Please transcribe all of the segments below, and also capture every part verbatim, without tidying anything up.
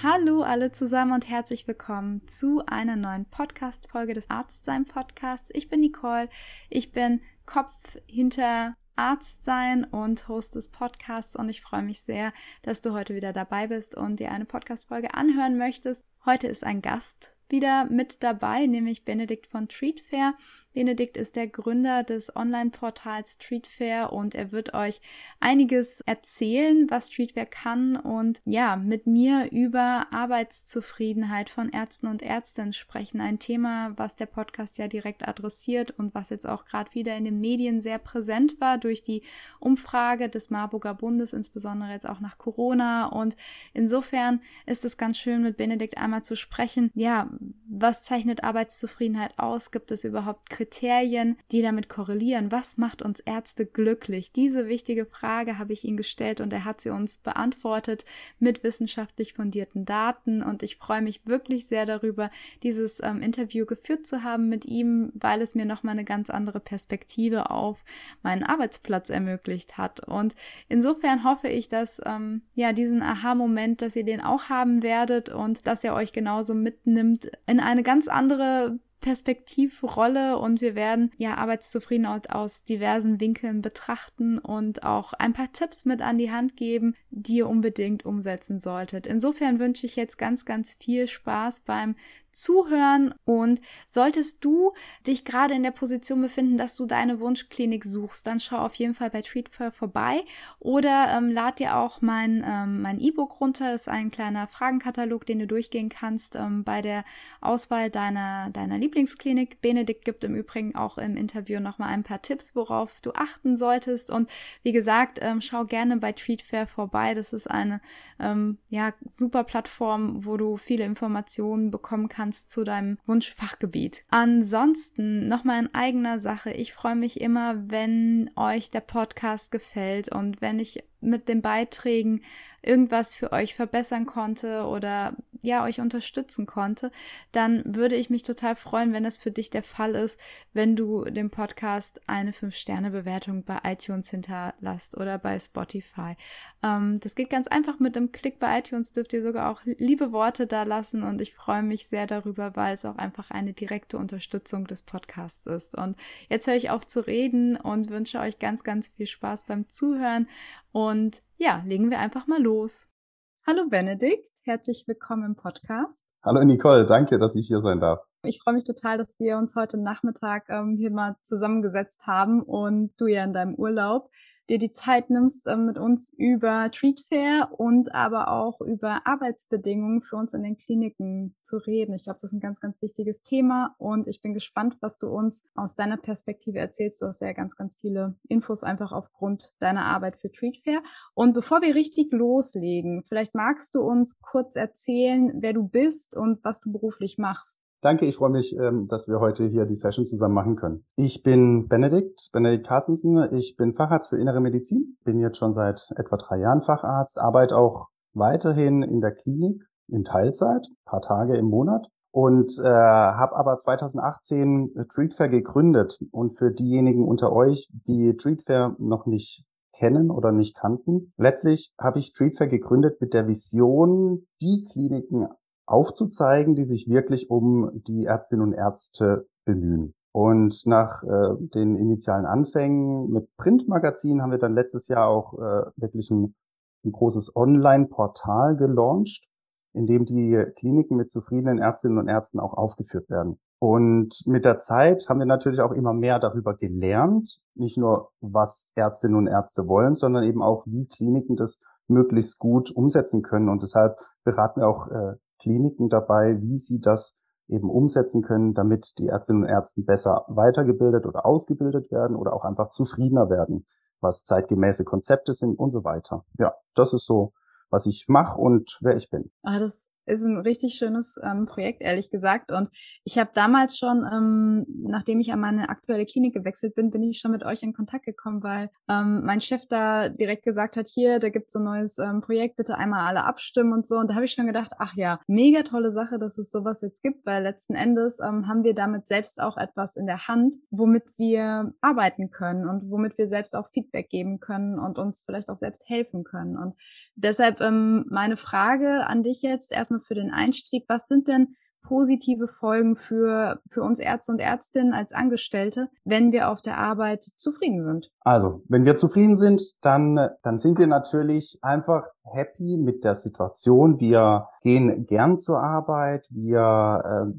Hallo alle zusammen und herzlich willkommen zu einer neuen Podcast-Folge des Arztsein-Podcasts. Ich bin Nicole, ich bin Kopf hinter Arztsein und Host des Podcasts und ich freue mich sehr, dass du heute wieder dabei bist und dir eine Podcast-Folge anhören möchtest. Heute ist ein Gast wieder mit dabei, nämlich Benedikt von Treatfair. Benedikt ist der Gründer des Online-Portals Treatfair und er wird euch einiges erzählen, was Treatfair kann und ja, mit mir über Arbeitszufriedenheit von Ärzten und Ärztinnen sprechen. Ein Thema, was der Podcast ja direkt adressiert und was jetzt auch gerade wieder in den Medien sehr präsent war durch die Umfrage des Marburger Bundes, insbesondere jetzt auch nach Corona. Und insofern ist es ganz schön, mit Benedikt einmal zu sprechen. Ja, was zeichnet Arbeitszufriedenheit aus? Gibt es überhaupt Kriterien, die damit korrelieren? Was macht uns Ärzte glücklich? Diese wichtige Frage habe ich ihm gestellt und er hat sie uns beantwortet mit wissenschaftlich fundierten Daten und ich freue mich wirklich sehr darüber, dieses ähm, Interview geführt zu haben mit ihm, weil es mir nochmal eine ganz andere Perspektive auf meinen Arbeitsplatz ermöglicht hat und insofern hoffe ich, dass ähm, ja diesen Aha-Moment, dass ihr den auch haben werdet und dass er euch genauso mitnimmt in eine ganz andere Perspektivrolle und wir werden ja Arbeitszufriedenheit aus diversen Winkeln betrachten und auch ein paar Tipps mit an die Hand geben, die ihr unbedingt umsetzen solltet. Insofern wünsche ich jetzt ganz, ganz viel Spaß beim Zuhören und solltest du dich gerade in der Position befinden, dass du deine Wunschklinik suchst, dann schau auf jeden Fall bei Treatfair vorbei oder ähm, lad dir auch mein ähm, mein E-Book runter. Das ist ein kleiner Fragenkatalog, den du durchgehen kannst ähm, bei der Auswahl deiner deiner Lieblingsklinik. Benedikt gibt im Übrigen auch im Interview nochmal ein paar Tipps, worauf du achten solltest und wie gesagt, ähm, schau gerne bei Treatfair vorbei. Das ist eine ähm, ja super Plattform, wo du viele Informationen bekommen kannst zu deinem Wunschfachgebiet. Ansonsten nochmal in eigener Sache. Ich freue mich immer, wenn euch der Podcast gefällt und wenn ich mit den Beiträgen irgendwas für euch verbessern konnte oder ja, euch unterstützen konnte, dann würde ich mich total freuen, wenn das für dich der Fall ist, wenn du dem Podcast eine fünf Sterne Bewertung bei iTunes hinterlasst oder bei Spotify. Ähm, das geht ganz einfach mit einem Klick bei iTunes, dürft ihr sogar auch liebe Worte da lassen und ich freue mich sehr darüber, weil es auch einfach eine direkte Unterstützung des Podcasts ist. Und jetzt höre ich auf zu reden und wünsche euch ganz, ganz viel Spaß beim Zuhören und ja, legen wir einfach mal los. Hallo Benedikt, herzlich willkommen im Podcast. Hallo Nicole, danke, dass ich hier sein darf. Ich freue mich total, dass wir uns heute Nachmittag ähm, hier mal zusammengesetzt haben und du ja in deinem Urlaub dir die Zeit nimmst, ähm, mit uns über Treatfair und aber auch über Arbeitsbedingungen für uns in den Kliniken zu reden. Ich glaube, das ist ein ganz, ganz wichtiges Thema und ich bin gespannt, was du uns aus deiner Perspektive erzählst. Du hast ja ganz, ganz viele Infos einfach aufgrund deiner Arbeit für Treatfair. Und bevor wir richtig loslegen, vielleicht magst du uns kurz erzählen, wer du bist und was du beruflich machst. Danke, ich freue mich, dass wir heute hier die Session zusammen machen können. Ich bin Benedikt, Benedikt Carstensen. Ich bin Facharzt für Innere Medizin, bin jetzt schon seit etwa drei Jahren Facharzt, arbeite auch weiterhin in der Klinik in Teilzeit, ein paar Tage im Monat und äh, habe aber zweitausendachtzehn Treatfair gegründet. Und für diejenigen unter euch, die Treatfair noch nicht kennen oder nicht kannten, letztlich habe ich Treatfair gegründet mit der Vision, die Kliniken aufzuzeigen, die sich wirklich um die Ärztinnen und Ärzte bemühen. Und nach äh, den initialen Anfängen mit Printmagazinen haben wir dann letztes Jahr auch äh, wirklich ein, ein großes Online-Portal gelauncht, in dem die Kliniken mit zufriedenen Ärztinnen und Ärzten auch aufgeführt werden. Und mit der Zeit haben wir natürlich auch immer mehr darüber gelernt, nicht nur, was Ärztinnen und Ärzte wollen, sondern eben auch, wie Kliniken das möglichst gut umsetzen können. Und deshalb beraten wir auch äh, Kliniken dabei, wie sie das eben umsetzen können, damit die Ärztinnen und Ärzte besser weitergebildet oder ausgebildet werden oder auch einfach zufriedener werden, was zeitgemäße Konzepte sind und so weiter. Ja, das ist so, was ich mache und wer ich bin. Ah, das ist ein richtig schönes ähm, Projekt, ehrlich gesagt. Und ich habe damals schon, ähm, nachdem ich an meine aktuelle Klinik gewechselt bin, bin ich schon mit euch in Kontakt gekommen, weil ähm, mein Chef da direkt gesagt hat, hier, da gibt's so ein neues ähm, Projekt, bitte einmal alle abstimmen und so. Und da habe ich schon gedacht, ach ja, mega tolle Sache, dass es sowas jetzt gibt, weil letzten Endes ähm, haben wir damit selbst auch etwas in der Hand, womit wir arbeiten können und womit wir selbst auch Feedback geben können und uns vielleicht auch selbst helfen können. Und deshalb ähm, meine Frage an dich jetzt erstmal für den Einstieg, was sind denn positive Folgen für, für uns Ärzte und Ärztinnen als Angestellte, wenn wir auf der Arbeit zufrieden sind? Also, wenn wir zufrieden sind, dann, dann sind wir natürlich einfach happy mit der Situation. Wir gehen gern zur Arbeit. Wir, äh,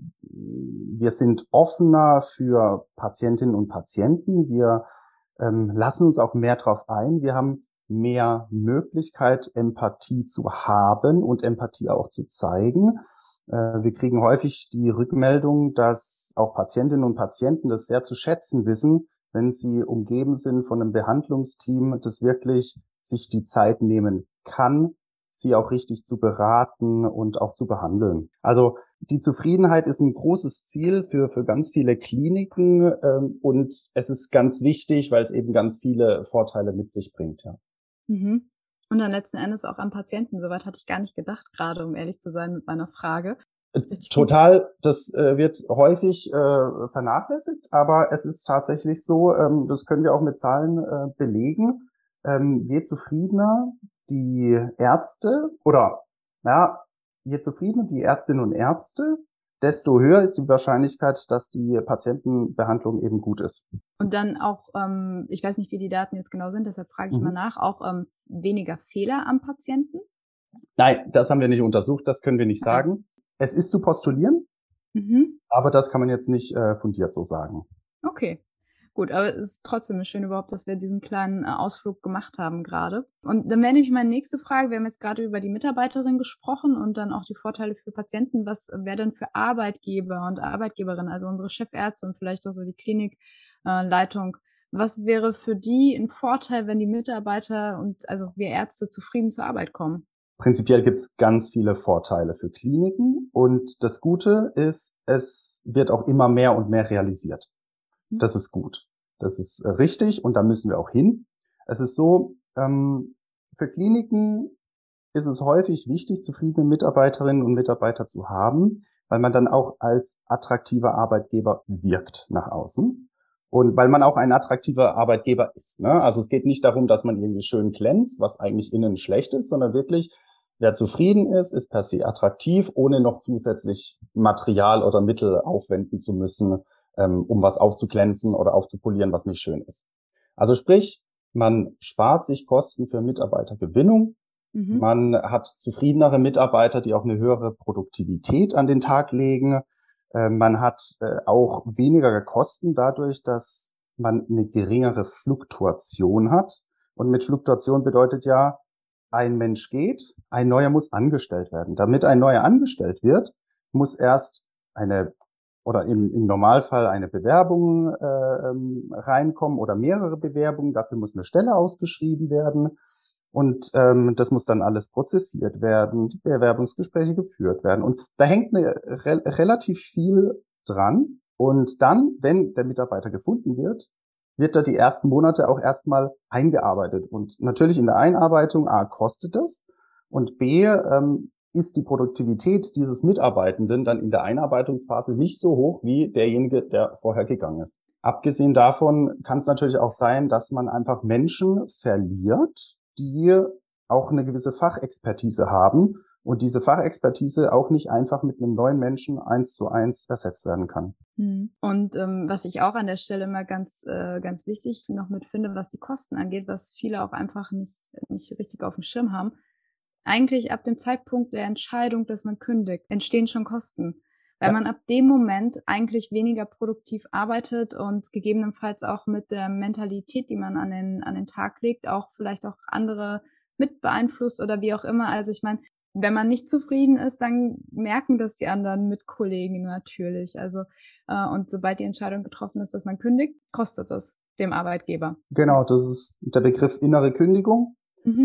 wir sind offener für Patientinnen und Patienten. Wir ähm, lassen uns auch mehr drauf ein. Wir haben mehr Möglichkeit, Empathie zu haben und Empathie auch zu zeigen. Wir kriegen häufig die Rückmeldung, dass auch Patientinnen und Patienten das sehr zu schätzen wissen, wenn sie umgeben sind von einem Behandlungsteam, das wirklich sich die Zeit nehmen kann, sie auch richtig zu beraten und auch zu behandeln. Also die Zufriedenheit ist ein großes Ziel für, für ganz viele Kliniken ähm, und es ist ganz wichtig, weil es eben ganz viele Vorteile mit sich bringt. Ja. Mhm. Und dann letzten Endes auch am Patienten. Soweit hatte ich gar nicht gedacht, gerade um ehrlich zu sein mit meiner Frage. Richtig gut. Total, das äh, wird häufig äh, vernachlässigt, aber es ist tatsächlich so, ähm, das können wir auch mit Zahlen äh, belegen, ähm, je zufriedener die Ärzte oder ja, je zufriedener die Ärztinnen und Ärzte, desto höher ist die Wahrscheinlichkeit, dass die Patientenbehandlung eben gut ist. Und dann auch, ähm, ich weiß nicht, wie die Daten jetzt genau sind, deshalb frage ich Mhm. mal nach, auch ähm, weniger Fehler am Patienten? Nein, das haben wir nicht untersucht, das können wir nicht Okay. sagen. Es ist zu postulieren, Mhm. aber das kann man jetzt nicht äh, fundiert so sagen. Okay. Gut, aber es ist trotzdem schön überhaupt, dass wir diesen kleinen äh, Ausflug gemacht haben gerade. Und dann wäre nämlich meine nächste Frage, wir haben jetzt gerade über die Mitarbeiterin gesprochen und dann auch die Vorteile für Patienten. Was wäre denn für Arbeitgeber und Arbeitgeberinnen, also unsere Chefärzte und vielleicht auch so die Klinikleitung, was wäre für die ein Vorteil, wenn die Mitarbeiter und also wir Ärzte zufrieden zur Arbeit kommen? Prinzipiell gibt es ganz viele Vorteile für Kliniken und das Gute ist, es wird auch immer mehr und mehr realisiert. Das ist gut. Das ist äh, richtig und da müssen wir auch hin. Es ist so, ähm, für Kliniken ist es häufig wichtig, zufriedene Mitarbeiterinnen und Mitarbeiter zu haben, weil man dann auch als attraktiver Arbeitgeber wirkt nach außen. Und weil man auch ein attraktiver Arbeitgeber ist. Ne? Also es geht nicht darum, dass man irgendwie schön glänzt, was eigentlich innen schlecht ist, sondern wirklich, wer zufrieden ist, ist per se attraktiv, ohne noch zusätzlich Material oder Mittel aufwenden zu müssen, ähm, um was aufzuglänzen oder aufzupolieren, was nicht schön ist. Also sprich, man spart sich Kosten für Mitarbeitergewinnung. Mhm. Man hat zufriedenere Mitarbeiter, die auch eine höhere Produktivität an den Tag legen. Man hat auch weniger Kosten dadurch, dass man eine geringere Fluktuation hat. Und mit Fluktuation bedeutet ja, ein Mensch geht, ein neuer muss angestellt werden. Damit ein neuer angestellt wird, muss erst eine oder im, im Normalfall eine Bewerbung äh, reinkommen oder mehrere Bewerbungen. Dafür muss eine Stelle ausgeschrieben werden. Und ähm, das muss dann alles prozessiert werden, die Bewerbungsgespräche geführt werden. Und da hängt eine, re relativ viel dran. Und dann, wenn der Mitarbeiter gefunden wird, wird er die ersten Monate auch erstmal eingearbeitet. Und natürlich in der Einarbeitung, A, kostet das und B, ähm, ist die Produktivität dieses Mitarbeitenden dann in der Einarbeitungsphase nicht so hoch wie derjenige, der vorher gegangen ist. Abgesehen davon kann es natürlich auch sein, dass man einfach Menschen verliert, die auch eine gewisse Fachexpertise haben und diese Fachexpertise auch nicht einfach mit einem neuen Menschen eins zu eins ersetzt werden kann. Und ähm, was ich auch an der Stelle immer ganz, äh, ganz wichtig noch mit finde, was die Kosten angeht, was viele auch einfach nicht, nicht richtig auf dem Schirm haben, eigentlich ab dem Zeitpunkt der Entscheidung, dass man kündigt, entstehen schon Kosten. Weil Ja. man ab dem Moment eigentlich weniger produktiv arbeitet und gegebenenfalls auch mit der Mentalität, die man an den, an den Tag legt, auch vielleicht auch andere mit beeinflusst oder wie auch immer. Also ich meine, wenn man nicht zufrieden ist, dann merken das die anderen Mitkollegen natürlich. Also äh, und sobald die Entscheidung getroffen ist, dass man kündigt, kostet es dem Arbeitgeber. Genau, das ist der Begriff innere Kündigung. Mhm.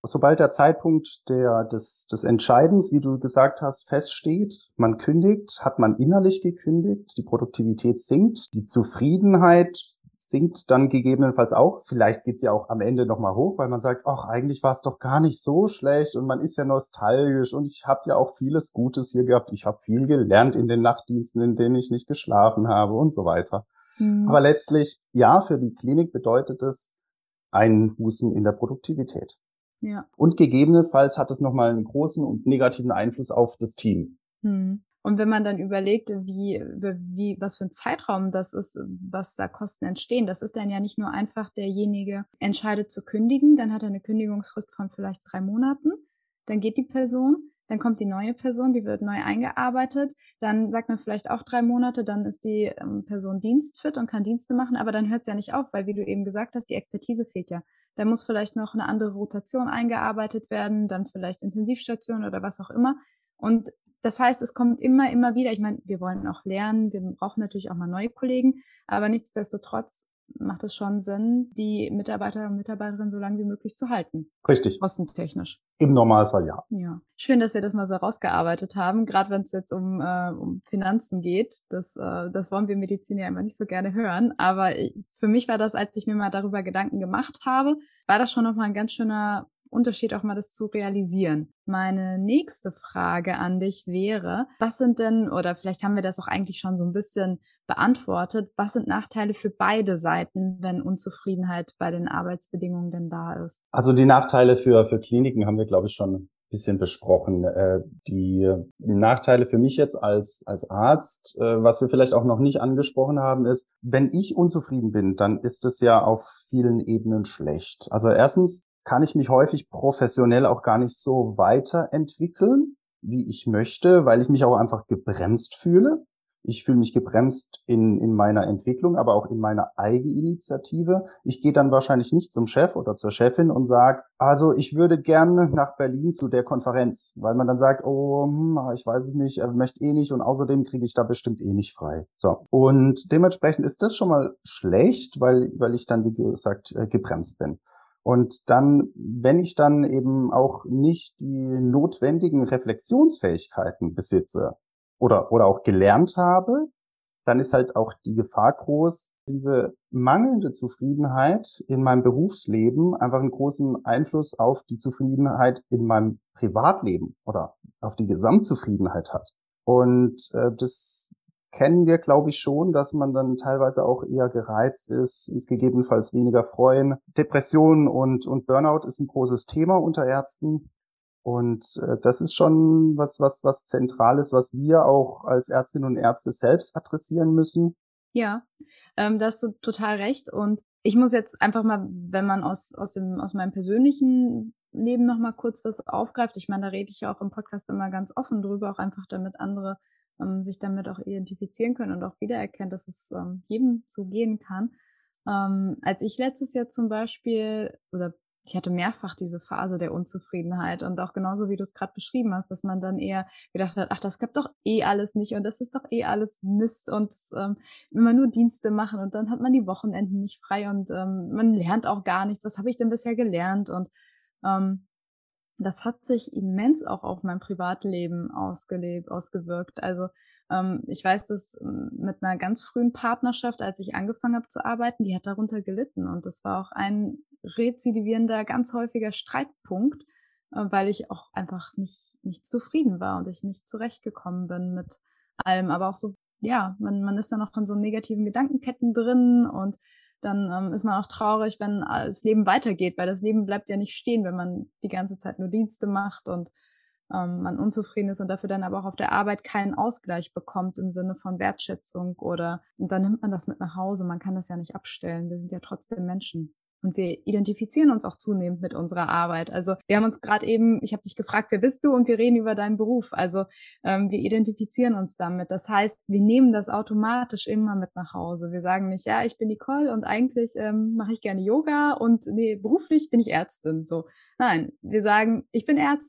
sobald der Zeitpunkt der, des, des Entscheidens, wie du gesagt hast, feststeht, man kündigt, hat man innerlich gekündigt, die Produktivität sinkt, die Zufriedenheit sinkt dann gegebenenfalls auch. Vielleicht geht sie auch am Ende nochmal hoch, weil man sagt, ach, eigentlich war es doch gar nicht so schlecht und man ist ja nostalgisch und ich habe ja auch vieles Gutes hier gehabt. Ich habe viel gelernt in den Nachtdiensten, in denen ich nicht geschlafen habe und so weiter. Mhm. Aber letztlich, ja, für die Klinik bedeutet es Einbußen in der Produktivität. Ja. Und gegebenenfalls hat es nochmal einen großen und negativen Einfluss auf das Team. Mhm. Und wenn man dann überlegt, wie, wie, was für ein Zeitraum das ist, was da Kosten entstehen, das ist dann ja nicht nur einfach derjenige entscheidet zu kündigen, dann hat er eine Kündigungsfrist von vielleicht drei Monaten, dann geht die Person, dann kommt die neue Person, die wird neu eingearbeitet, dann sagt man vielleicht auch drei Monate, dann ist die ähm, Person dienstfit und kann Dienste machen, aber dann hört es ja nicht auf, weil wie du eben gesagt hast, die Expertise fehlt ja. Da muss vielleicht noch eine andere Rotation eingearbeitet werden, dann vielleicht Intensivstation oder was auch immer. Und das heißt, es kommt immer, immer wieder, ich meine, wir wollen auch lernen, wir brauchen natürlich auch mal neue Kollegen, aber nichtsdestotrotz macht es schon Sinn, die Mitarbeiter und Mitarbeiterinnen so lange wie möglich zu halten. Richtig. Kostentechnisch. Im Normalfall ja. Ja. Schön, dass wir das mal so rausgearbeitet haben, gerade wenn es jetzt um, äh, um Finanzen geht. Das, äh, das wollen wir Mediziner ja immer nicht so gerne hören, aber ich, für mich war das, als ich mir mal darüber Gedanken gemacht habe, war das schon nochmal ein ganz schöner Unterschied, auch mal das zu realisieren. Meine nächste Frage an dich wäre, was sind denn, oder vielleicht haben wir das auch eigentlich schon so ein bisschen beantwortet, was sind Nachteile für beide Seiten, wenn Unzufriedenheit bei den Arbeitsbedingungen denn da ist? Also die Nachteile für, für Kliniken haben wir, glaube ich, schon ein bisschen besprochen. Äh, die Nachteile für mich jetzt als, als Arzt, äh, was wir vielleicht auch noch nicht angesprochen haben, ist, wenn ich unzufrieden bin, dann ist es ja auf vielen Ebenen schlecht. Also erstens kann ich mich häufig professionell auch gar nicht so weiterentwickeln, wie ich möchte, weil ich mich auch einfach gebremst fühle. Ich fühle mich gebremst in, in meiner Entwicklung, aber auch in meiner Eigeninitiative. Ich gehe dann wahrscheinlich nicht zum Chef oder zur Chefin und sage, also ich würde gerne nach Berlin zu der Konferenz, weil man dann sagt, oh, hm, ich weiß es nicht, er möchte eh nicht und außerdem kriege ich da bestimmt eh nicht frei. So. Und dementsprechend ist das schon mal schlecht, weil, weil ich dann, wie gesagt, gebremst bin. Und dann, wenn ich dann eben auch nicht die notwendigen Reflexionsfähigkeiten besitze oder, oder auch gelernt habe, dann ist halt auch die Gefahr groß, diese mangelnde Zufriedenheit in meinem Berufsleben einfach einen großen Einfluss auf die Zufriedenheit in meinem Privatleben oder auf die Gesamtzufriedenheit hat. Und äh, das kennen wir, glaube ich, schon, dass man dann teilweise auch eher gereizt ist, uns gegebenenfalls weniger freuen. Depression und, und Burnout ist ein großes Thema unter Ärzten. Und äh, das ist schon was, was, was Zentrales, was wir auch als Ärztinnen und Ärzte selbst adressieren müssen. Ja, ähm, da hast du total recht. Und ich muss jetzt einfach mal, wenn man aus, aus dem, aus meinem persönlichen Leben noch mal kurz was aufgreift, ich meine, da rede ich ja auch im Podcast immer ganz offen drüber, auch einfach damit andere ähm, sich damit auch identifizieren können und auch wiedererkennen, dass es ähm, jedem so gehen kann. Ähm, als ich letztes Jahr zum Beispiel, oder ich hatte mehrfach diese Phase der Unzufriedenheit und auch genauso, wie du es gerade beschrieben hast, dass man dann eher gedacht hat, ach, das klappt doch eh alles nicht und das ist doch eh alles Mist und ähm, immer nur Dienste machen und dann hat man die Wochenenden nicht frei und ähm, man lernt auch gar nichts. Was habe ich denn bisher gelernt? Und ähm, das hat sich immens auch auf mein Privatleben ausgelebt, ausgewirkt. Also ähm, ich weiß, dass ähm, mit einer ganz frühen Partnerschaft, als ich angefangen habe zu arbeiten, die hat darunter gelitten. Und das war auch ein rezidivierender, ganz häufiger Streitpunkt, äh, weil ich auch einfach nicht, nicht zufrieden war und ich nicht zurechtgekommen bin mit allem. Aber auch so, ja, man, man ist dann auch in so negativen Gedankenketten drin und dann ähm, ist man auch traurig, wenn das Leben weitergeht, weil das Leben bleibt ja nicht stehen, wenn man die ganze Zeit nur Dienste macht und ähm, man unzufrieden ist und dafür dann aber auch auf der Arbeit keinen Ausgleich bekommt im Sinne von Wertschätzung oder, und dann nimmt man das mit nach Hause, man kann das ja nicht abstellen, wir sind ja trotzdem Menschen. Und wir identifizieren uns auch zunehmend mit unserer Arbeit. Also wir haben uns gerade eben, ich habe dich gefragt, wer bist du? Und wir reden über deinen Beruf. Also ähm, wir identifizieren uns damit. Das heißt, wir nehmen das automatisch immer mit nach Hause. Wir sagen nicht, ja, ich bin Nicole und eigentlich ähm, mache ich gerne Yoga und nee, beruflich bin ich Ärztin. So, nein, wir sagen, ich bin Ärztin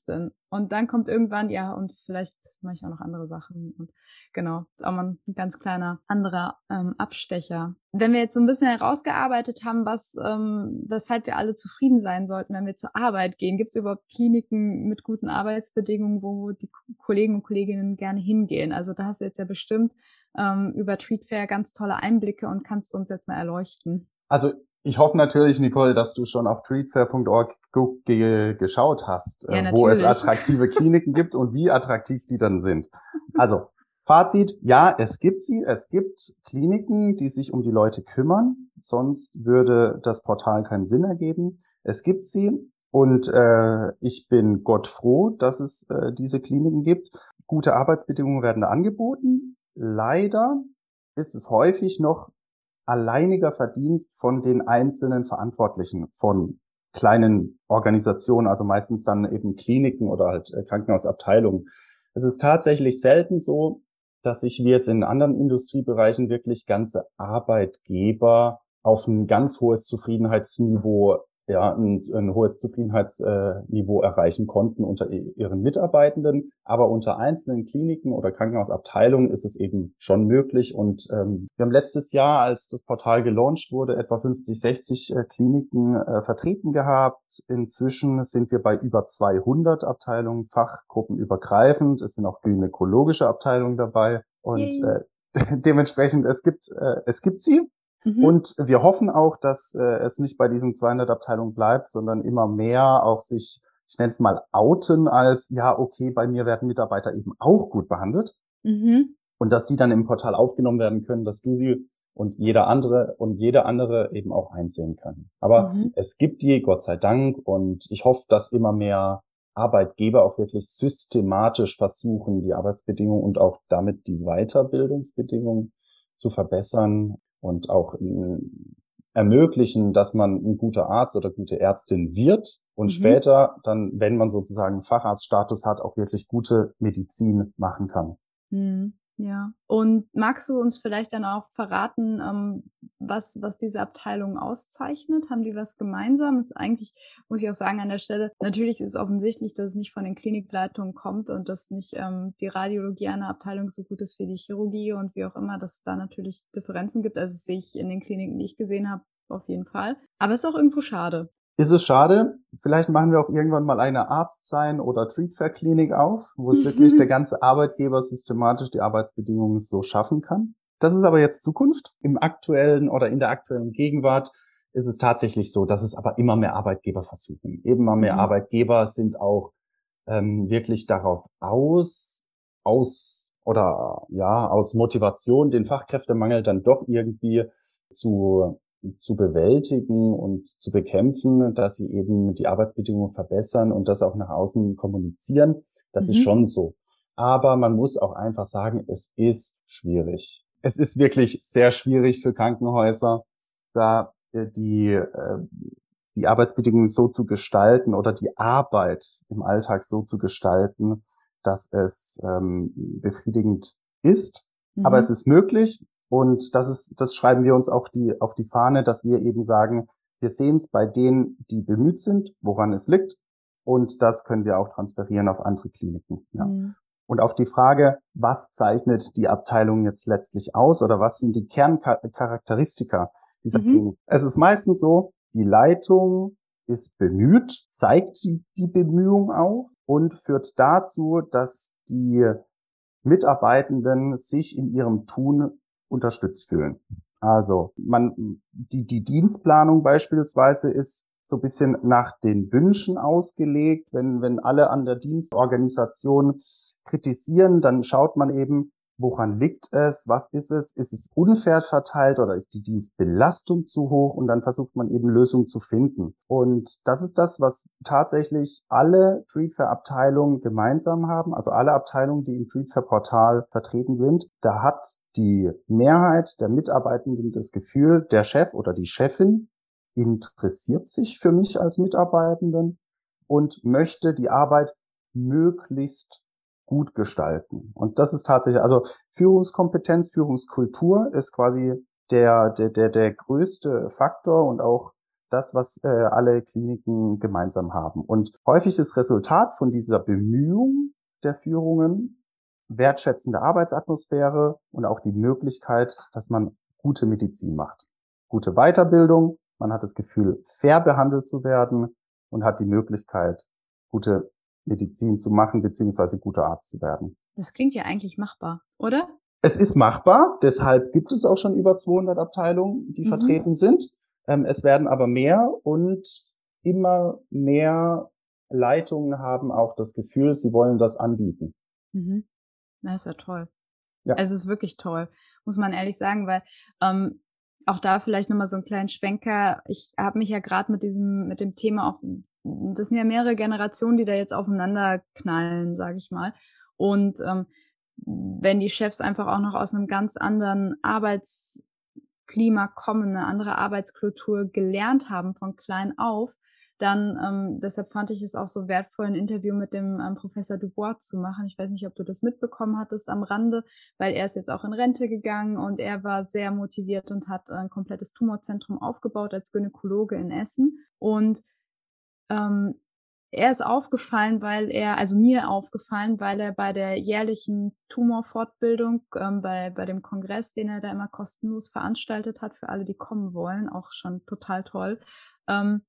Und dann kommt irgendwann, ja, und vielleicht mache ich auch noch andere Sachen. Und genau, ist auch mal ein ganz kleiner anderer ähm, Abstecher. Wenn wir jetzt so ein bisschen herausgearbeitet haben, was, ähm, weshalb wir alle zufrieden sein sollten, wenn wir zur Arbeit gehen, gibt es überhaupt Kliniken mit guten Arbeitsbedingungen, wo die Kollegen und Kolleginnen gerne hingehen? Also da hast du jetzt ja bestimmt ähm, über Treatfair ganz tolle Einblicke und kannst uns jetzt mal erleuchten. Also ich hoffe natürlich, Nicole, dass du schon auf treatfair punkt org ge geschaut hast, Ja, äh, wo es natürlich. attraktive Kliniken gibt und wie attraktiv die dann sind. Also Fazit, ja, es gibt sie. Es gibt Kliniken, die sich um die Leute kümmern. Sonst würde das Portal keinen Sinn ergeben. Es gibt sie und äh, ich bin Gott froh, dass es äh, diese Kliniken gibt. Gute Arbeitsbedingungen werden da angeboten. Leider ist es häufig noch alleiniger Verdienst von den einzelnen Verantwortlichen von kleinen Organisationen, also meistens dann eben Kliniken oder halt Krankenhausabteilungen. Es ist tatsächlich selten so, dass sich wie jetzt in anderen Industriebereichen wirklich ganze Arbeitgeber auf ein ganz hohes Zufriedenheitsniveau, ja, ein, ein hohes Zufriedenheitsniveau erreichen konnten unter ihren Mitarbeitenden. Aber unter einzelnen Kliniken oder Krankenhausabteilungen ist es eben schon möglich. Und ähm, wir haben letztes Jahr, als das Portal gelauncht wurde, etwa fünfzig, sechzig äh, Kliniken äh, vertreten gehabt. Inzwischen sind wir bei über zweihundert Abteilungen, fachgruppenübergreifend. Es sind auch gynäkologische Abteilungen dabei. Und äh, dementsprechend, es gibt, äh, es gibt sie. Mhm. Und wir hoffen auch, dass äh, es nicht bei diesen zweihundert Abteilungen bleibt, sondern immer mehr auch sich, ich nenne es mal, outen als, ja, okay, bei mir werden Mitarbeiter eben auch gut behandelt. Mhm. Und dass die dann im Portal aufgenommen werden können, dass du sie und jeder andere und jede andere eben auch einsehen können. Aber mhm. es gibt die, Gott sei Dank, und ich hoffe, dass immer mehr Arbeitgeber auch wirklich systematisch versuchen, die Arbeitsbedingungen und auch damit die Weiterbildungsbedingungen zu verbessern. Und auch äh, ermöglichen, dass man ein guter Arzt oder gute Ärztin wird und mhm. später dann, wenn man sozusagen Facharztstatus hat, auch wirklich gute Medizin machen kann. Mhm. Ja. Und magst du uns vielleicht dann auch verraten, ähm, was, was diese Abteilung auszeichnet? Haben die was gemeinsam? Das ist eigentlich, muss ich auch sagen, an der Stelle, natürlich ist es offensichtlich, dass es nicht von den Klinikleitungen kommt und dass nicht ähm, die Radiologie einer Abteilung so gut ist wie die Chirurgie und wie auch immer, dass es da natürlich Differenzen gibt. Also das sehe ich in den Kliniken, die ich gesehen habe, auf jeden Fall. Aber es ist auch irgendwo schade. Ist es schade? Vielleicht machen wir auch irgendwann mal eine Arztsein- oder Treatfair-Klinik auf, wo es wirklich der ganze Arbeitgeber systematisch die Arbeitsbedingungen so schaffen kann. Das ist aber jetzt Zukunft. Im aktuellen oder in der aktuellen Gegenwart ist es tatsächlich so, dass es aber immer mehr Arbeitgeber versuchen. Immer mehr mhm. Arbeitgeber sind auch ähm, wirklich darauf aus, aus oder ja aus Motivation, den Fachkräftemangel dann doch irgendwie zu zu bewältigen und zu bekämpfen, dass sie eben die Arbeitsbedingungen verbessern und das auch nach außen kommunizieren. Das mhm. ist schon so. Aber man muss auch einfach sagen, es ist schwierig. Es ist wirklich sehr schwierig für Krankenhäuser, da die, die Arbeitsbedingungen so zu gestalten oder die Arbeit im Alltag so zu gestalten, dass es ähm, befriedigend ist. Mhm. Aber es ist möglich. Und das ist, das schreiben wir uns auch die, auf die Fahne, dass wir eben sagen, wir sehen es bei denen, die bemüht sind, woran es liegt. Und das können wir auch transferieren auf andere Kliniken. Ja. Mhm. Und auf die Frage, was zeichnet die Abteilung jetzt letztlich aus oder was sind die Kerncharakteristika dieser mhm. Klinik? Es ist meistens so, die Leitung ist bemüht, zeigt die, die Bemühung auch und führt dazu, dass die Mitarbeitenden sich in ihrem Tun unterstützt fühlen. Also man die die Dienstplanung beispielsweise ist so ein bisschen nach den Wünschen ausgelegt. Wenn wenn alle an der Dienstorganisation kritisieren, dann schaut man eben, woran liegt es, was ist es, ist es unfair verteilt oder ist die Dienstbelastung zu hoch und dann versucht man eben Lösungen zu finden. Und das ist das, was tatsächlich alle Treatfair-Abteilungen gemeinsam haben, also alle Abteilungen, die im Treatfair-Portal vertreten sind. Da hat die Mehrheit der Mitarbeitenden das Gefühl, der Chef oder die Chefin interessiert sich für mich als Mitarbeitenden und möchte die Arbeit möglichst gut gestalten. Und das ist tatsächlich, also Führungskompetenz, Führungskultur ist quasi der, der, der, der größte Faktor und auch das, was äh, alle Kliniken gemeinsam haben. Und häufig ist Resultat von dieser Bemühung der Führungen wertschätzende Arbeitsatmosphäre und auch die Möglichkeit, dass man gute Medizin macht. Gute Weiterbildung, man hat das Gefühl, fair behandelt zu werden und hat die Möglichkeit, gute Medizin zu machen, beziehungsweise guter Arzt zu werden. Das klingt ja eigentlich machbar, oder? Es ist machbar, deshalb gibt es auch schon über zweihundert Abteilungen, die mhm. vertreten sind. Ähm, es werden aber mehr und immer mehr Leitungen haben auch das Gefühl, sie wollen das anbieten. Mhm. Das ist ja toll. Ja. Es ist wirklich toll, muss man ehrlich sagen, weil ähm, auch da vielleicht nochmal so einen kleinen Schwenker. Ich habe mich ja gerade mit diesem, mit dem Thema auch, das sind ja mehrere Generationen, die da jetzt aufeinander knallen, sage ich mal. Und ähm, wenn die Chefs einfach auch noch aus einem ganz anderen Arbeitsklima kommen, eine andere Arbeitskultur gelernt haben von klein auf, dann, ähm, deshalb fand ich es auch so wertvoll, ein Interview mit dem ähm, Professor Dubois zu machen. Ich weiß nicht, ob du das mitbekommen hattest am Rande, weil er ist jetzt auch in Rente gegangen und er war sehr motiviert und hat ein komplettes Tumorzentrum aufgebaut als Gynäkologe in Essen. Und ähm, er ist aufgefallen, weil er, also mir aufgefallen, weil er bei der jährlichen Tumorfortbildung, ähm, bei, bei dem Kongress, den er da immer kostenlos veranstaltet hat, für alle, die kommen wollen, auch schon total toll, ähm,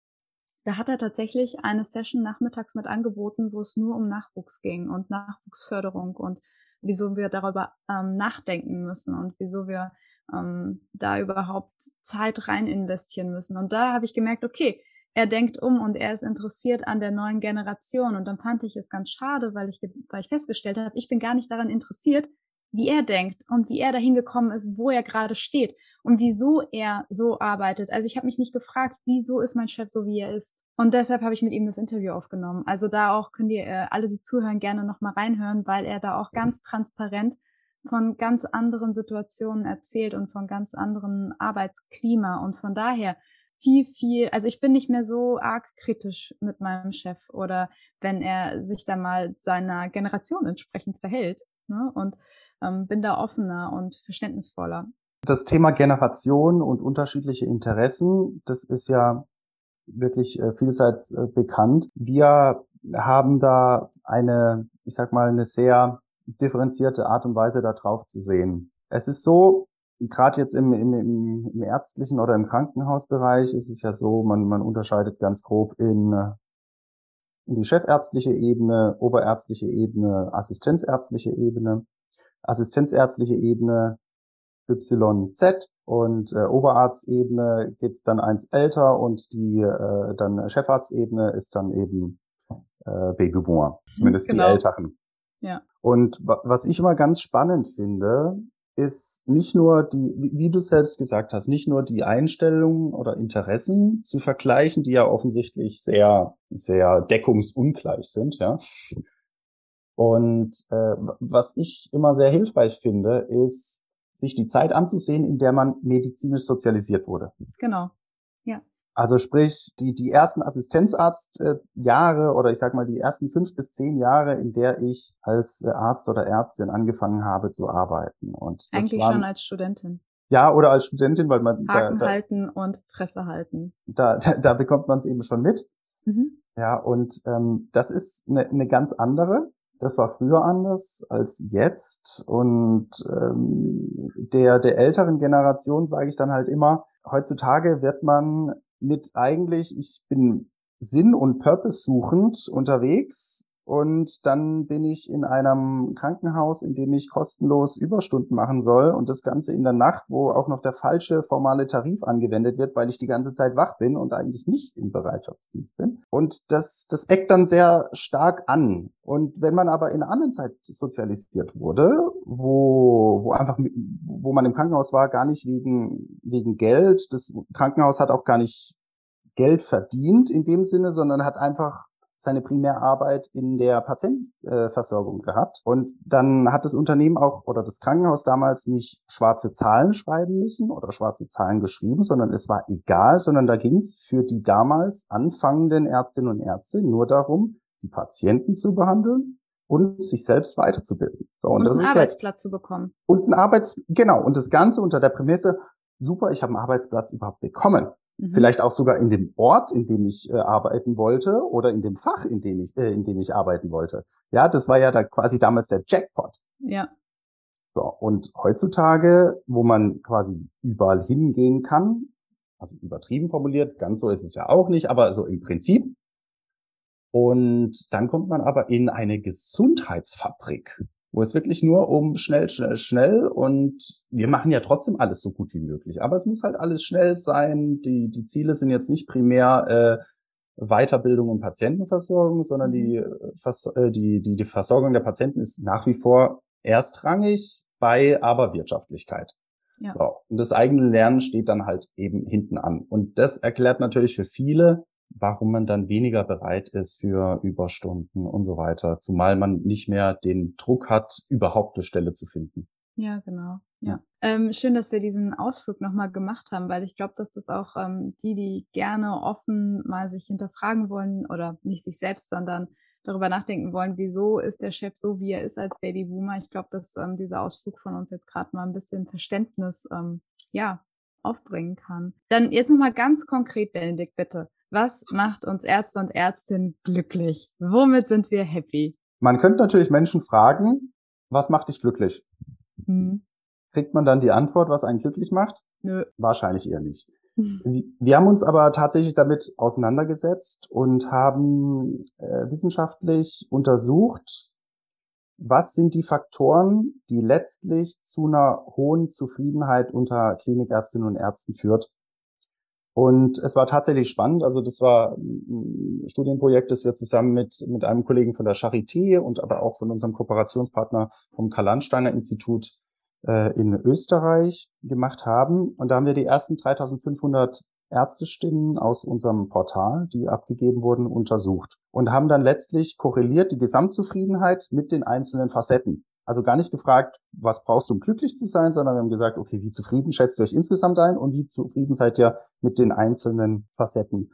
da hat er tatsächlich eine Session nachmittags mit angeboten, wo es nur um Nachwuchs ging und Nachwuchsförderung und wieso wir darüber ähm, nachdenken müssen und wieso wir ähm, da überhaupt Zeit rein investieren müssen. Und da habe ich gemerkt, okay, er denkt um und er ist interessiert an der neuen Generation. Und dann fand ich es ganz schade, weil ich, weil ich festgestellt habe, ich bin gar nicht daran interessiert, wie er denkt und wie er dahin gekommen ist, wo er gerade steht und wieso er so arbeitet. Also ich habe mich nicht gefragt, wieso ist mein Chef so, wie er ist. Und deshalb habe ich mit ihm das Interview aufgenommen. Also da auch könnt ihr äh, alle, die zuhören, gerne nochmal reinhören, weil er da auch ganz transparent von ganz anderen Situationen erzählt und von ganz anderen Arbeitsklima. Und von daher viel, viel, also ich bin nicht mehr so arg kritisch mit meinem Chef oder wenn er sich da mal seiner Generation entsprechend verhält, ne? Und ähm, bin da offener und verständnisvoller. Das Thema Generation und unterschiedliche Interessen, das ist ja wirklich äh, vielseits äh, bekannt. Wir haben da eine, ich sag mal, eine sehr differenzierte Art und Weise, da drauf zu sehen. Es ist so, gerade jetzt im, im, im, im ärztlichen oder im Krankenhausbereich ist es ja so, man, man unterscheidet ganz grob in, in die chefärztliche Ebene, oberärztliche Ebene, assistenzärztliche Ebene, assistenzärztliche Ebene Y Z und äh, Oberarztebene geht's dann eins älter und die äh, dann Chefarztebene ist dann eben äh, Babyboomer, zumindest genau. Die Älteren. Ja. Und w- was ich immer ganz spannend finde, ist nicht nur die, wie, wie du selbst gesagt hast, nicht nur die Einstellungen oder Interessen zu vergleichen, die ja offensichtlich sehr, sehr deckungsungleich sind, ja. Und äh, was ich immer sehr hilfreich finde, ist, sich die Zeit anzusehen, in der man medizinisch sozialisiert wurde. Genau, ja. Also sprich, die die ersten Assistenzarztjahre oder ich sag mal die ersten fünf bis zehn Jahre, in der ich als Arzt oder Ärztin angefangen habe zu arbeiten. Und das Eigentlich waren, schon als Studentin. Ja, oder als Studentin, weil man Haken da, da, halten und Fresse halten. Da, da, da bekommt man es eben schon mit. Mhm. Ja, und ähm, das ist eine, eine ganz andere. Das war früher anders als jetzt. Und ähm, der der älteren Generation sage ich dann halt immer, heutzutage wird man mit eigentlich, ich bin sinn- und purpose suchend unterwegs. Und dann bin ich in einem Krankenhaus, in dem ich kostenlos Überstunden machen soll und das Ganze in der Nacht, wo auch noch der falsche formale Tarif angewendet wird, weil ich die ganze Zeit wach bin und eigentlich nicht im Bereitschaftsdienst bin. Und das, das eckt dann sehr stark an. Und wenn man aber in einer anderen Zeit sozialisiert wurde, wo, wo einfach, wo man im Krankenhaus war, gar nicht wegen, wegen Geld, das Krankenhaus hat auch gar nicht Geld verdient in dem Sinne, sondern hat einfach seine Primärarbeit in der Patientenversorgung gehabt. Und dann hat das Unternehmen auch oder das Krankenhaus damals nicht schwarze Zahlen schreiben müssen oder schwarze Zahlen geschrieben, sondern es war egal, sondern da ging es für die damals anfangenden Ärztinnen und Ärzte nur darum, die Patienten zu behandeln und sich selbst weiterzubilden. So, und, und das einen ist Arbeitsplatz ja, zu bekommen. Und einen Arbeits, genau. Und das Ganze unter der Prämisse, super, ich habe einen Arbeitsplatz überhaupt bekommen. Mhm. Vielleicht auch sogar in dem Ort, in dem ich äh, arbeiten wollte oder in dem Fach, in dem ich, äh, in dem ich arbeiten wollte. Ja, das war ja da quasi damals der Jackpot. Ja. So, und heutzutage, wo man quasi überall hingehen kann, also übertrieben formuliert, ganz so ist es ja auch nicht, aber so im Prinzip. Und dann kommt man aber in eine Gesundheitsfabrik, wo es wirklich nur um schnell, schnell, schnell und wir machen ja trotzdem alles so gut wie möglich. Aber es muss halt alles schnell sein. Die, die Ziele sind jetzt nicht primär äh, Weiterbildung und Patientenversorgung, sondern die, Vers- äh, die, die, die Versorgung der Patienten ist nach wie vor erstrangig bei aber Wirtschaftlichkeit. Ja. So, und das eigene Lernen steht dann halt eben hinten an. Und das erklärt natürlich für viele, warum man dann weniger bereit ist für Überstunden und so weiter, zumal man nicht mehr den Druck hat, überhaupt eine Stelle zu finden. Ja, genau. Ja. ja. Ähm, schön, dass wir diesen Ausflug nochmal gemacht haben, weil ich glaube, dass das auch ähm, die, die gerne offen mal sich hinterfragen wollen oder nicht sich selbst, sondern darüber nachdenken wollen, wieso ist der Chef so, wie er ist als Babyboomer. Ich glaube, dass ähm, dieser Ausflug von uns jetzt gerade mal ein bisschen Verständnis ähm, ja, aufbringen kann. Dann jetzt nochmal ganz konkret, Benedikt, bitte. Was macht uns Ärzte und Ärztinnen glücklich? Womit sind wir happy? Man könnte natürlich Menschen fragen, was macht dich glücklich? Hm. Kriegt man dann die Antwort, was einen glücklich macht? Nö. Wahrscheinlich eher nicht. Wir haben uns aber tatsächlich damit auseinandergesetzt und haben äh, wissenschaftlich untersucht, was sind die Faktoren, die letztlich zu einer hohen Zufriedenheit unter Klinikärztinnen und Ärzten führt. Und es war tatsächlich spannend. Also das war ein Studienprojekt, das wir zusammen mit mit einem Kollegen von der Charité und aber auch von unserem Kooperationspartner vom Karl-Landsteiner Institut äh, in Österreich gemacht haben. Und da haben wir die ersten dreitausendfünfhundert Ärztestimmen aus unserem Portal, die abgegeben wurden, untersucht und haben dann letztlich korreliert die Gesamtzufriedenheit mit den einzelnen Facetten. Also gar nicht gefragt, was brauchst du, um glücklich zu sein, sondern wir haben gesagt, okay, wie zufrieden schätzt ihr euch insgesamt ein und wie zufrieden seid ihr mit den einzelnen Facetten?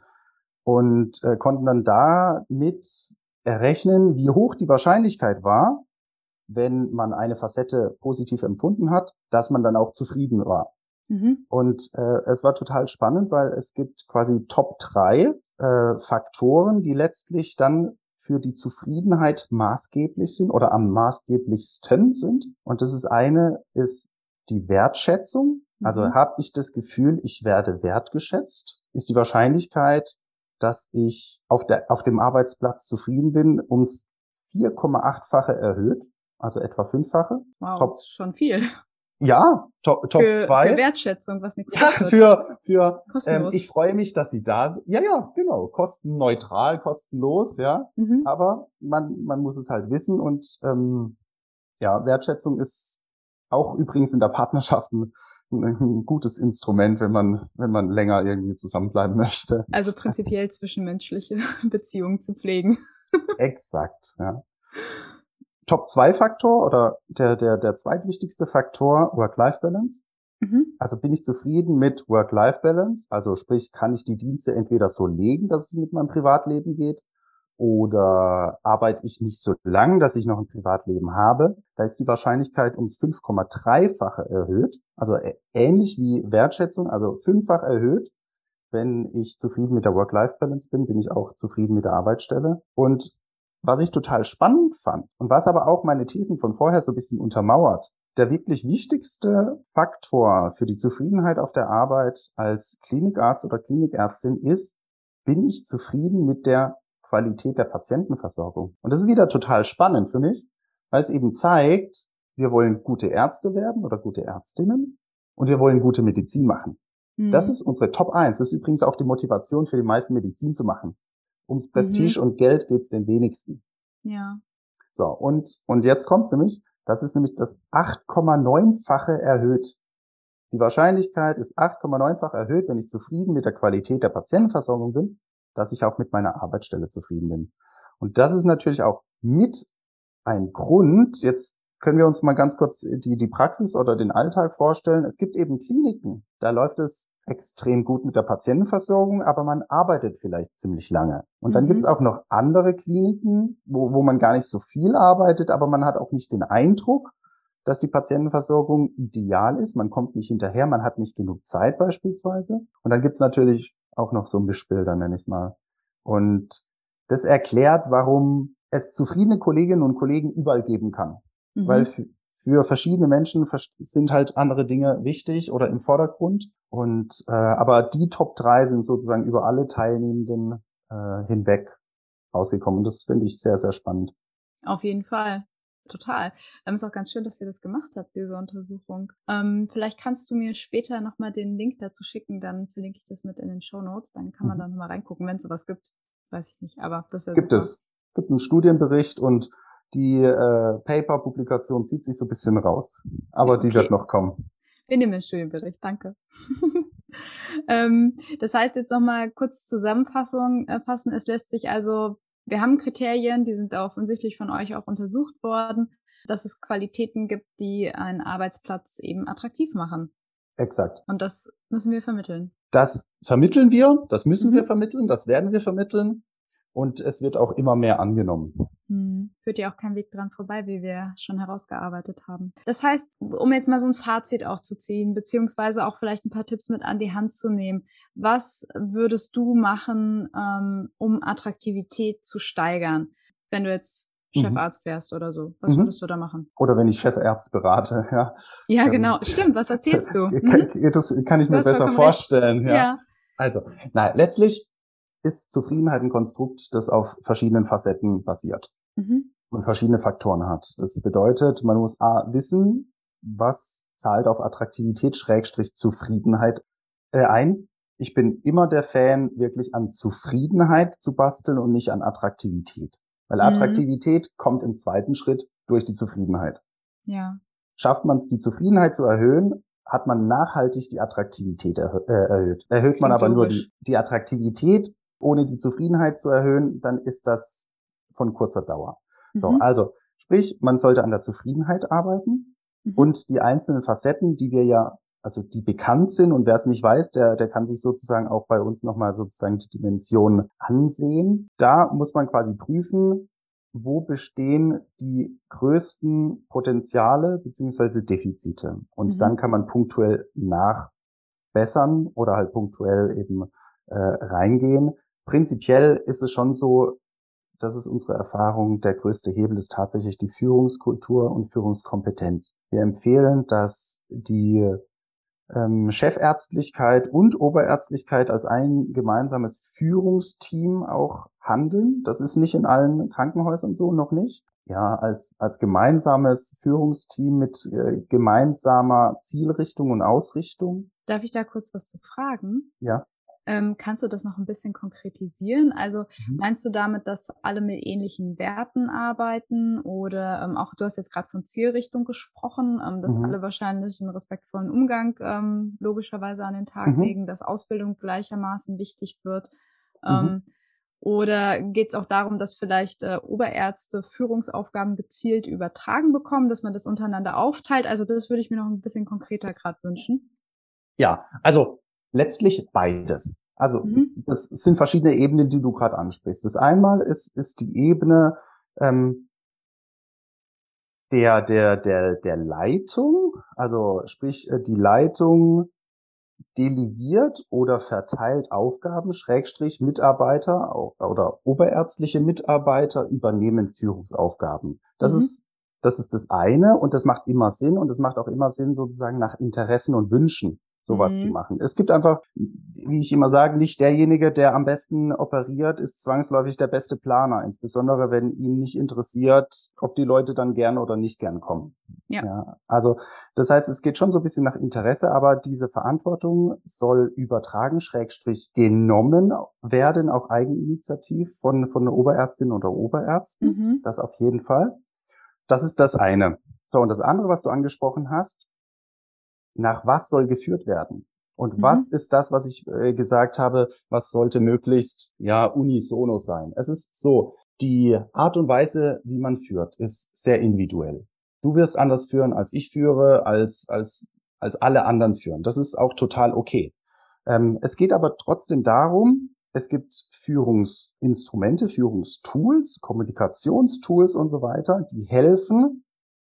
Und äh, konnten dann damit errechnen, wie hoch die Wahrscheinlichkeit war, wenn man eine Facette positiv empfunden hat, dass man dann auch zufrieden war. Mhm. Und äh, es war total spannend, weil es gibt quasi Top drei äh, Faktoren, die letztlich dann für die Zufriedenheit maßgeblich sind oder am maßgeblichsten sind. Und das ist eine, ist die Wertschätzung. Also mhm. habe ich das Gefühl, ich werde wertgeschätzt, ist die Wahrscheinlichkeit, dass ich auf der auf dem Arbeitsplatz zufrieden bin, ums vier Komma acht-fache erhöht, also etwa fünffache. Wow, Top, das ist schon viel. Ja, Top, Top für, zwei. Für Wertschätzung, was nichts kostet. Ja, für, für ähm, ich freue mich, dass Sie da sind. Ja, ja, genau. Kostenneutral, kostenlos, ja. Mhm. Aber man, man muss es halt wissen. Und ähm, ja, Wertschätzung ist auch übrigens in der Partnerschaft ein, ein gutes Instrument, wenn man, wenn man länger irgendwie zusammenbleiben möchte. Also prinzipiell zwischenmenschliche Beziehungen zu pflegen. Exakt, ja. Top zwei Faktor oder der, der, der zweitwichtigste Faktor, Work-Life-Balance. Mhm. Also bin ich zufrieden mit Work-Life-Balance? Also sprich, kann ich die Dienste entweder so legen, dass es mit meinem Privatleben geht, oder arbeite ich nicht so lang, dass ich noch ein Privatleben habe? Da ist die Wahrscheinlichkeit ums fünf Komma drei-fache erhöht. Also ähnlich wie Wertschätzung, also fünffach erhöht. Wenn ich zufrieden mit der Work-Life-Balance bin, bin ich auch zufrieden mit der Arbeitsstelle. Und was ich total spannend fand und was aber auch meine Thesen von vorher so ein bisschen untermauert, der wirklich wichtigste Faktor für die Zufriedenheit auf der Arbeit als Klinikarzt oder Klinikärztin ist, bin ich zufrieden mit der Qualität der Patientenversorgung. Und das ist wieder total spannend für mich, weil es eben zeigt, wir wollen gute Ärzte werden oder gute Ärztinnen und wir wollen gute Medizin machen. Mhm. Das ist unsere Top eins. Das ist übrigens auch die Motivation für die meisten, Medizin zu machen. Ums Prestige mhm. und Geld geht's den wenigsten. Ja. So, und, und jetzt kommt's nämlich, das ist nämlich das acht Komma neun-fache erhöht. Die Wahrscheinlichkeit ist acht Komma neun-fach erhöht, wenn ich zufrieden mit der Qualität der Patientenversorgung bin, dass ich auch mit meiner Arbeitsstelle zufrieden bin. Und das ist natürlich auch mit ein Grund, jetzt können wir uns mal ganz kurz die, die Praxis oder den Alltag vorstellen. Es gibt eben Kliniken, da läuft es extrem gut mit der Patientenversorgung, aber man arbeitet vielleicht ziemlich lange. Und dann mhm. gibt es auch noch andere Kliniken, wo, wo man gar nicht so viel arbeitet, aber man hat auch nicht den Eindruck, dass die Patientenversorgung ideal ist. Man kommt nicht hinterher, man hat nicht genug Zeit beispielsweise. Und dann gibt's natürlich auch noch so Mischbilder, nenne ich es mal. Und das erklärt, warum es zufriedene Kolleginnen und Kollegen überall geben kann. Mhm. Weil für, für verschiedene Menschen sind halt andere Dinge wichtig oder im Vordergrund. Und äh, aber die Top drei sind sozusagen über alle Teilnehmenden äh, hinweg rausgekommen. Und das finde ich sehr, sehr spannend. Auf jeden Fall. Total. Ähm, ist auch ganz schön, dass ihr das gemacht habt, diese Untersuchung. Ähm, vielleicht kannst du mir später nochmal den Link dazu schicken, dann verlinke ich das mit in den Shownotes. Dann kann man mhm. da nochmal reingucken, wenn es sowas gibt. Weiß ich nicht, aber das wäre super. Gibt es. Gibt einen Studienbericht und die äh, Paper-Publikation zieht sich so ein bisschen raus. Aber okay. Die wird noch kommen. Wir nehmen den Studienbericht, danke. ähm, das heißt jetzt nochmal kurz Zusammenfassung äh, fassen. Es lässt sich also, wir haben Kriterien, die sind offensichtlich von euch auch untersucht worden, dass es Qualitäten gibt, die einen Arbeitsplatz eben attraktiv machen. Exakt. Und das müssen wir vermitteln. Das vermitteln wir, das müssen mhm. wir vermitteln, das werden wir vermitteln. Und es wird auch immer mehr angenommen. Hm. Führt ja auch kein Weg dran vorbei, wie wir schon herausgearbeitet haben. Das heißt, um jetzt mal so ein Fazit auch zu ziehen, beziehungsweise auch vielleicht ein paar Tipps mit an die Hand zu nehmen. Was würdest du machen, ähm, um Attraktivität zu steigern, wenn du jetzt Chefarzt wärst oder so? Was mhm. würdest du da machen? Oder wenn ich Chefarzt berate, ja. Ja, ähm, genau. Stimmt, was erzählst du? Mhm. Das kann ich mir besser vorstellen. Ja. ja. Also, na, letztlich ist Zufriedenheit ein Konstrukt, das auf verschiedenen Facetten basiert mhm. und verschiedene Faktoren hat. Das bedeutet, man muss A, wissen, was zahlt auf Attraktivität Schrägstrich Zufriedenheit äh, ein. Ich bin immer der Fan, wirklich an Zufriedenheit zu basteln und nicht an Attraktivität. Weil Attraktivität mhm. kommt im zweiten Schritt durch die Zufriedenheit. Ja. Schafft man es, die Zufriedenheit zu erhöhen, hat man nachhaltig die Attraktivität erhö- äh, erhöht. Erhöht Klingt man aber logisch. nur die, die Attraktivität, ohne die Zufriedenheit zu erhöhen, dann ist das von kurzer Dauer. Mhm. So, also sprich, man sollte an der Zufriedenheit arbeiten mhm. und die einzelnen Facetten, die wir ja, also die bekannt sind und wer es nicht weiß, der der kann sich sozusagen auch bei uns nochmal sozusagen die Dimension ansehen. Da muss man quasi prüfen, wo bestehen die größten Potenziale beziehungsweise Defizite. Und mhm. dann kann man punktuell nachbessern oder halt punktuell eben äh, reingehen. Prinzipiell ist es schon so, das ist unsere Erfahrung, der größte Hebel ist tatsächlich die Führungskultur und Führungskompetenz. Wir empfehlen, dass die ähm, Chefärztlichkeit und Oberärztlichkeit als ein gemeinsames Führungsteam auch handeln. Das ist nicht in allen Krankenhäusern so, noch nicht. Ja, als als gemeinsames Führungsteam mit äh, gemeinsamer Zielrichtung und Ausrichtung. Darf ich da kurz was zu fragen? Ja. Ähm, kannst du das noch ein bisschen konkretisieren? Also mhm. meinst du damit, dass alle mit ähnlichen Werten arbeiten oder ähm, auch, du hast jetzt gerade von Zielrichtung gesprochen, ähm, dass mhm. alle wahrscheinlich einen respektvollen Umgang ähm, logischerweise an den Tag mhm. legen, dass Ausbildung gleichermaßen wichtig wird? Ähm, mhm. Oder geht es auch darum, dass vielleicht äh, Oberärzte Führungsaufgaben gezielt übertragen bekommen, dass man das untereinander aufteilt? Also das würde ich mir noch ein bisschen konkreter gerade wünschen. Ja, also letztlich beides. Also mhm. das sind verschiedene Ebenen, die du gerade ansprichst. Das einmal ist ist die Ebene ähm, der der der der Leitung, also sprich die Leitung delegiert oder verteilt Aufgaben, Schrägstrich Mitarbeiter oder oberärztliche Mitarbeiter übernehmen Führungsaufgaben. Das mhm. ist das ist das eine und das macht immer Sinn und es macht auch immer Sinn sozusagen nach Interessen und Wünschen sowas mhm. zu machen. Es gibt einfach, wie ich immer sage, nicht derjenige, der am besten operiert, ist zwangsläufig der beste Planer, insbesondere wenn ihn nicht interessiert, ob die Leute dann gern oder nicht gern kommen. Ja. ja. Also das heißt, es geht schon so ein bisschen nach Interesse, aber diese Verantwortung soll übertragen, Schrägstrich genommen werden, auch eigeninitiativ von von der Oberärztin oder Oberärzten. Mhm. Das auf jeden Fall. Das ist das eine. So, und das andere, was du angesprochen hast, nach was soll geführt werden? Und mhm. was ist das, was ich äh, gesagt habe, was sollte möglichst, ja, unisono sein? Es ist so, die Art und Weise, wie man führt, ist sehr individuell. Du wirst anders führen, als ich führe, als, als, als alle anderen führen. Das ist auch total okay. Ähm, es geht aber trotzdem darum, es gibt Führungsinstrumente, Führungstools, Kommunikationstools und so weiter, die helfen,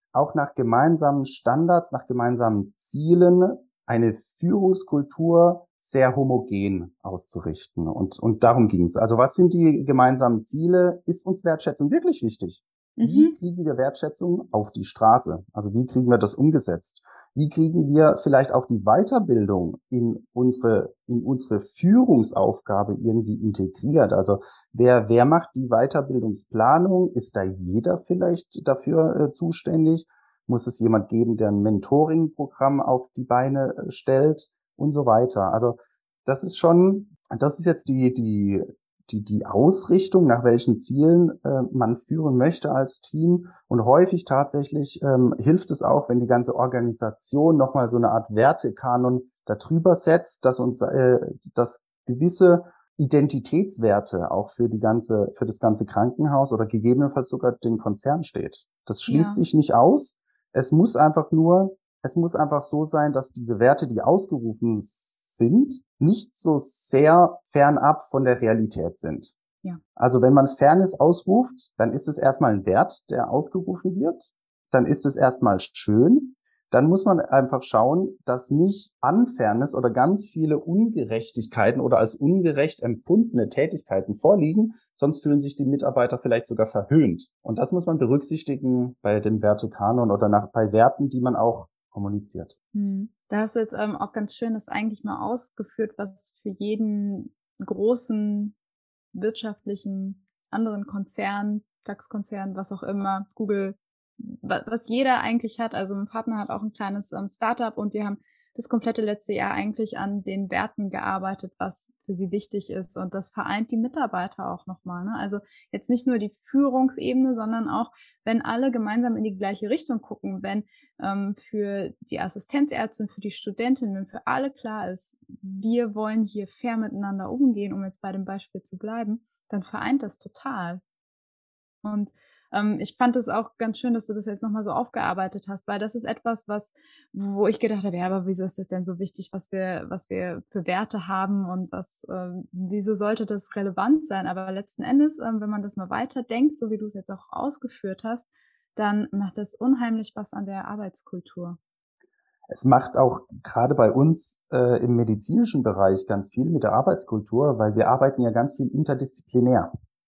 auch nach gemeinsamen Standards, nach gemeinsamen Zielen eine Führungskultur sehr homogen auszurichten. Und, und darum ging es. Also was sind die gemeinsamen Ziele? Ist uns Wertschätzung wirklich wichtig? Wie Mhm. kriegen wir Wertschätzung auf die Straße? Also wie kriegen wir das umgesetzt? Wie kriegen wir vielleicht auch die Weiterbildung in unsere, in unsere Führungsaufgabe irgendwie integriert? Also wer, wer macht die Weiterbildungsplanung? Ist da jeder vielleicht dafür äh, zuständig? Muss es jemand geben, der ein Mentoring-Programm auf die Beine äh, stellt und so weiter? Also das ist schon, das ist jetzt die, die, die, die Ausrichtung, nach welchen Zielen äh, man führen möchte als Team. Und häufig tatsächlich ähm, hilft es auch, wenn die ganze Organisation nochmal so eine Art Wertekanon darüber setzt, dass uns äh, das gewisse Identitätswerte auch für die ganze, für das ganze Krankenhaus oder gegebenenfalls sogar den Konzern steht. Das schließt Ja, sich nicht aus. Es muss einfach nur, es muss einfach so sein, dass diese Werte, die ausgerufen sind, nicht so sehr fernab von der Realität sind. ja. Also wenn man Fairness ausruft, dann ist es erstmal ein Wert, der ausgerufen wird. Dann ist es erstmal schön. Dann muss man einfach schauen, dass nicht Unfairness oder ganz viele Ungerechtigkeiten oder als ungerecht empfundene Tätigkeiten vorliegen, sonst fühlen sich die Mitarbeiter vielleicht sogar verhöhnt. Und das muss man berücksichtigen bei dem Wertekanon oder nach, bei Werten, die man auch kommuniziert. Hm. Da hast du jetzt ähm, auch ganz schön das eigentlich mal ausgeführt, was für jeden großen wirtschaftlichen anderen Konzern, DAX-Konzern, was auch immer, Google, wa was jeder eigentlich hat. Also mein Partner hat auch ein kleines ähm, Startup und die haben das komplette letzte Jahr eigentlich an den Werten gearbeitet, was für sie wichtig ist. Und das vereint die Mitarbeiter auch nochmal. Ne? Also jetzt nicht nur die Führungsebene, sondern auch, wenn alle gemeinsam in die gleiche Richtung gucken, wenn ähm, für die Assistenzärztin, für die Studentin, wenn für alle klar ist, wir wollen hier fair miteinander umgehen, um jetzt bei dem Beispiel zu bleiben, dann vereint das total. Und ähm, ich fand es auch ganz schön, dass du das jetzt nochmal so aufgearbeitet hast, weil das ist etwas, was, wo ich gedacht habe, ja, aber wieso ist das denn so wichtig, was wir, was wir für Werte haben und was, ähm, wieso sollte das relevant sein? Aber letzten Endes, ähm, wenn man das mal weiterdenkt, so wie du es jetzt auch ausgeführt hast, dann macht das unheimlich was an der Arbeitskultur. Es macht auch gerade bei uns äh, im medizinischen Bereich ganz viel mit der Arbeitskultur, weil wir arbeiten ja ganz viel interdisziplinär.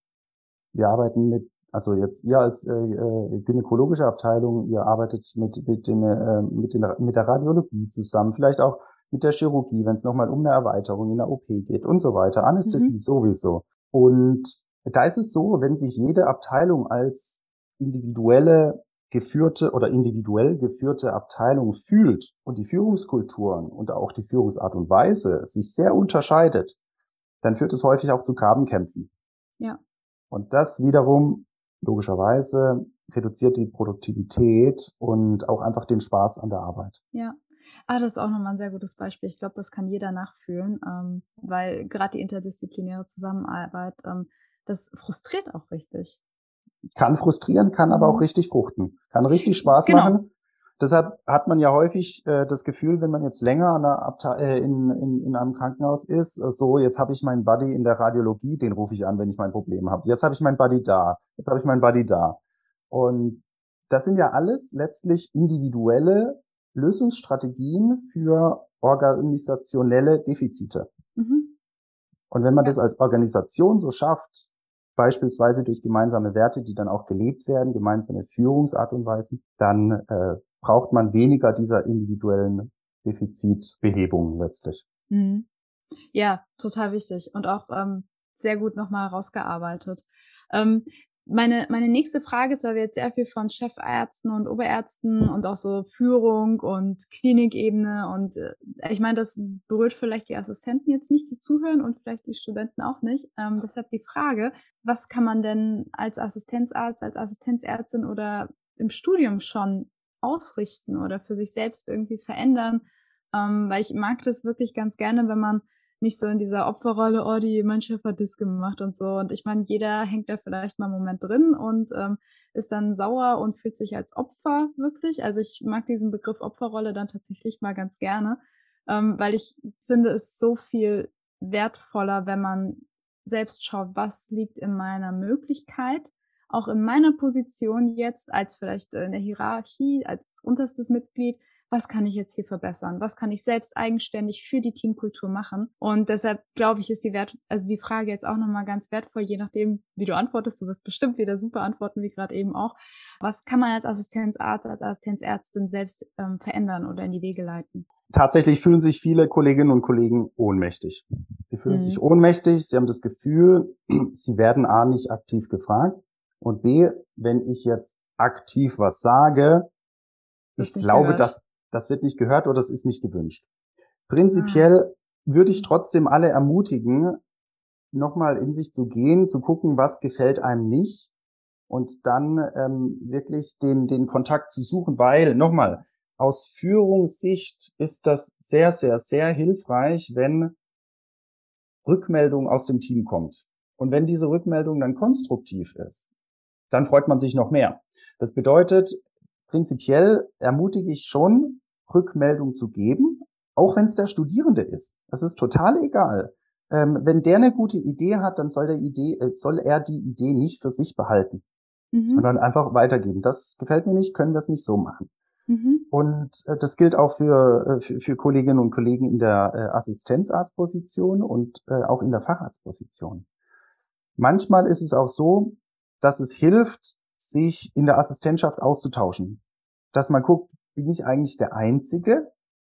Wir arbeiten mit, also jetzt ihr als äh, äh, gynäkologische Abteilung, ihr arbeitet mit mit, den, äh, mit, den, mit der Radiologie zusammen, vielleicht auch mit der Chirurgie, wenn es nochmal um eine Erweiterung in der O P geht und so weiter. Anästhesie Mhm. sowieso. Und da ist es so, wenn sich jede Abteilung als individuelle geführte oder individuell geführte Abteilung fühlt und die Führungskulturen und auch die Führungsart und Weise sich sehr unterscheidet, dann führt es häufig auch zu Grabenkämpfen. Ja. Und das wiederum, logischerweise, reduziert die Produktivität und auch einfach den Spaß an der Arbeit. Ja. Ah, das ist auch nochmal ein sehr gutes Beispiel. Ich glaube, das kann jeder nachfühlen, ähm, weil gerade die interdisziplinäre Zusammenarbeit, ähm, das frustriert auch richtig. Kann frustrieren, kann aber auch Mhm. richtig fruchten, kann richtig Spaß Genau. machen. Deshalb hat man ja häufig äh, das Gefühl, wenn man jetzt länger an der Abte äh, in, in, in einem Krankenhaus ist, äh, so, jetzt habe ich meinen Buddy in der Radiologie, den rufe ich an, wenn ich mein Problem habe. Jetzt habe ich meinen Buddy da, jetzt habe ich meinen Buddy da. Und das sind ja alles letztlich individuelle Lösungsstrategien für organisationelle Defizite. Mhm. Und wenn man Ja. das als Organisation so schafft, beispielsweise durch gemeinsame Werte, die dann auch gelebt werden, gemeinsame Führungsart und Weisen, dann äh, braucht man weniger dieser individuellen Defizitbehebungen letztlich. Mhm. Ja, total wichtig und auch, ähm, sehr gut noch mal herausgearbeitet. Ähm, meine meine nächste Frage ist, weil wir jetzt sehr viel von Chefärzten und Oberärzten und auch so Führung und Klinikebene und, äh, ich meine, das berührt vielleicht die Assistenten jetzt nicht, die zuhören und vielleicht die Studenten auch nicht. Ähm, deshalb die Frage: Was kann man denn als Assistenzarzt, als Assistenzärztin oder im Studium schon ausrichten oder für sich selbst irgendwie verändern? Ähm, weil ich mag das wirklich ganz gerne, wenn man nicht so in dieser Opferrolle: „Oh, die mein Chef hat das gemacht“ und so. Und ich meine, jeder hängt da vielleicht mal 'n Moment drin und, ähm, ist dann sauer und fühlt sich als Opfer wirklich. Also, ich mag diesen Begriff Opferrolle dann tatsächlich mal ganz gerne, ähm, weil ich finde es so viel wertvoller, wenn man selbst schaut, was liegt in meiner Möglichkeit, auch in meiner Position jetzt als vielleicht in der Hierarchie, als unterstes Mitglied, was kann ich jetzt hier verbessern? Was kann ich selbst eigenständig für die Teamkultur machen? Und deshalb glaube ich, ist die Wert, also die Frage jetzt auch nochmal ganz wertvoll, je nachdem, wie du antwortest. Du wirst bestimmt wieder super antworten, wie gerade eben auch. Was kann man als Assistenzarzt, als Assistenzärztin selbst ähm, verändern oder in die Wege leiten? Tatsächlich fühlen sich viele Kolleginnen und Kollegen ohnmächtig. Sie fühlen mhm. sich ohnmächtig, sie haben das Gefühl, sie werden A, nicht aktiv gefragt und B, wenn ich jetzt aktiv was sage, ich glaube, gehört. dass das wird nicht gehört oder das ist nicht gewünscht. Prinzipiell ah. würde ich trotzdem alle ermutigen, nochmal in sich zu gehen, zu gucken, was gefällt einem nicht und dann ähm, wirklich den den Kontakt zu suchen, weil, nochmal, aus Führungssicht ist das sehr, sehr, sehr hilfreich, wenn Rückmeldung aus dem Team kommt. Und wenn diese Rückmeldung dann konstruktiv ist, dann freut man sich noch mehr. Das bedeutet, prinzipiell ermutige ich schon, Rückmeldung zu geben, auch wenn es der Studierende ist. Das ist total egal. Ähm, wenn der eine gute Idee hat, dann soll der Idee, äh, soll er die Idee nicht für sich behalten, mhm. sondern einfach weitergeben. Das gefällt mir nicht, können wir es nicht so machen. Mhm. Und äh, das gilt auch für, äh, für für Kolleginnen und Kollegen in der äh, Assistenzarztposition und äh, auch in der Facharztposition. Manchmal ist es auch so, dass es hilft, sich in der Assistentschaft auszutauschen. Dass man guckt, bin ich eigentlich der Einzige?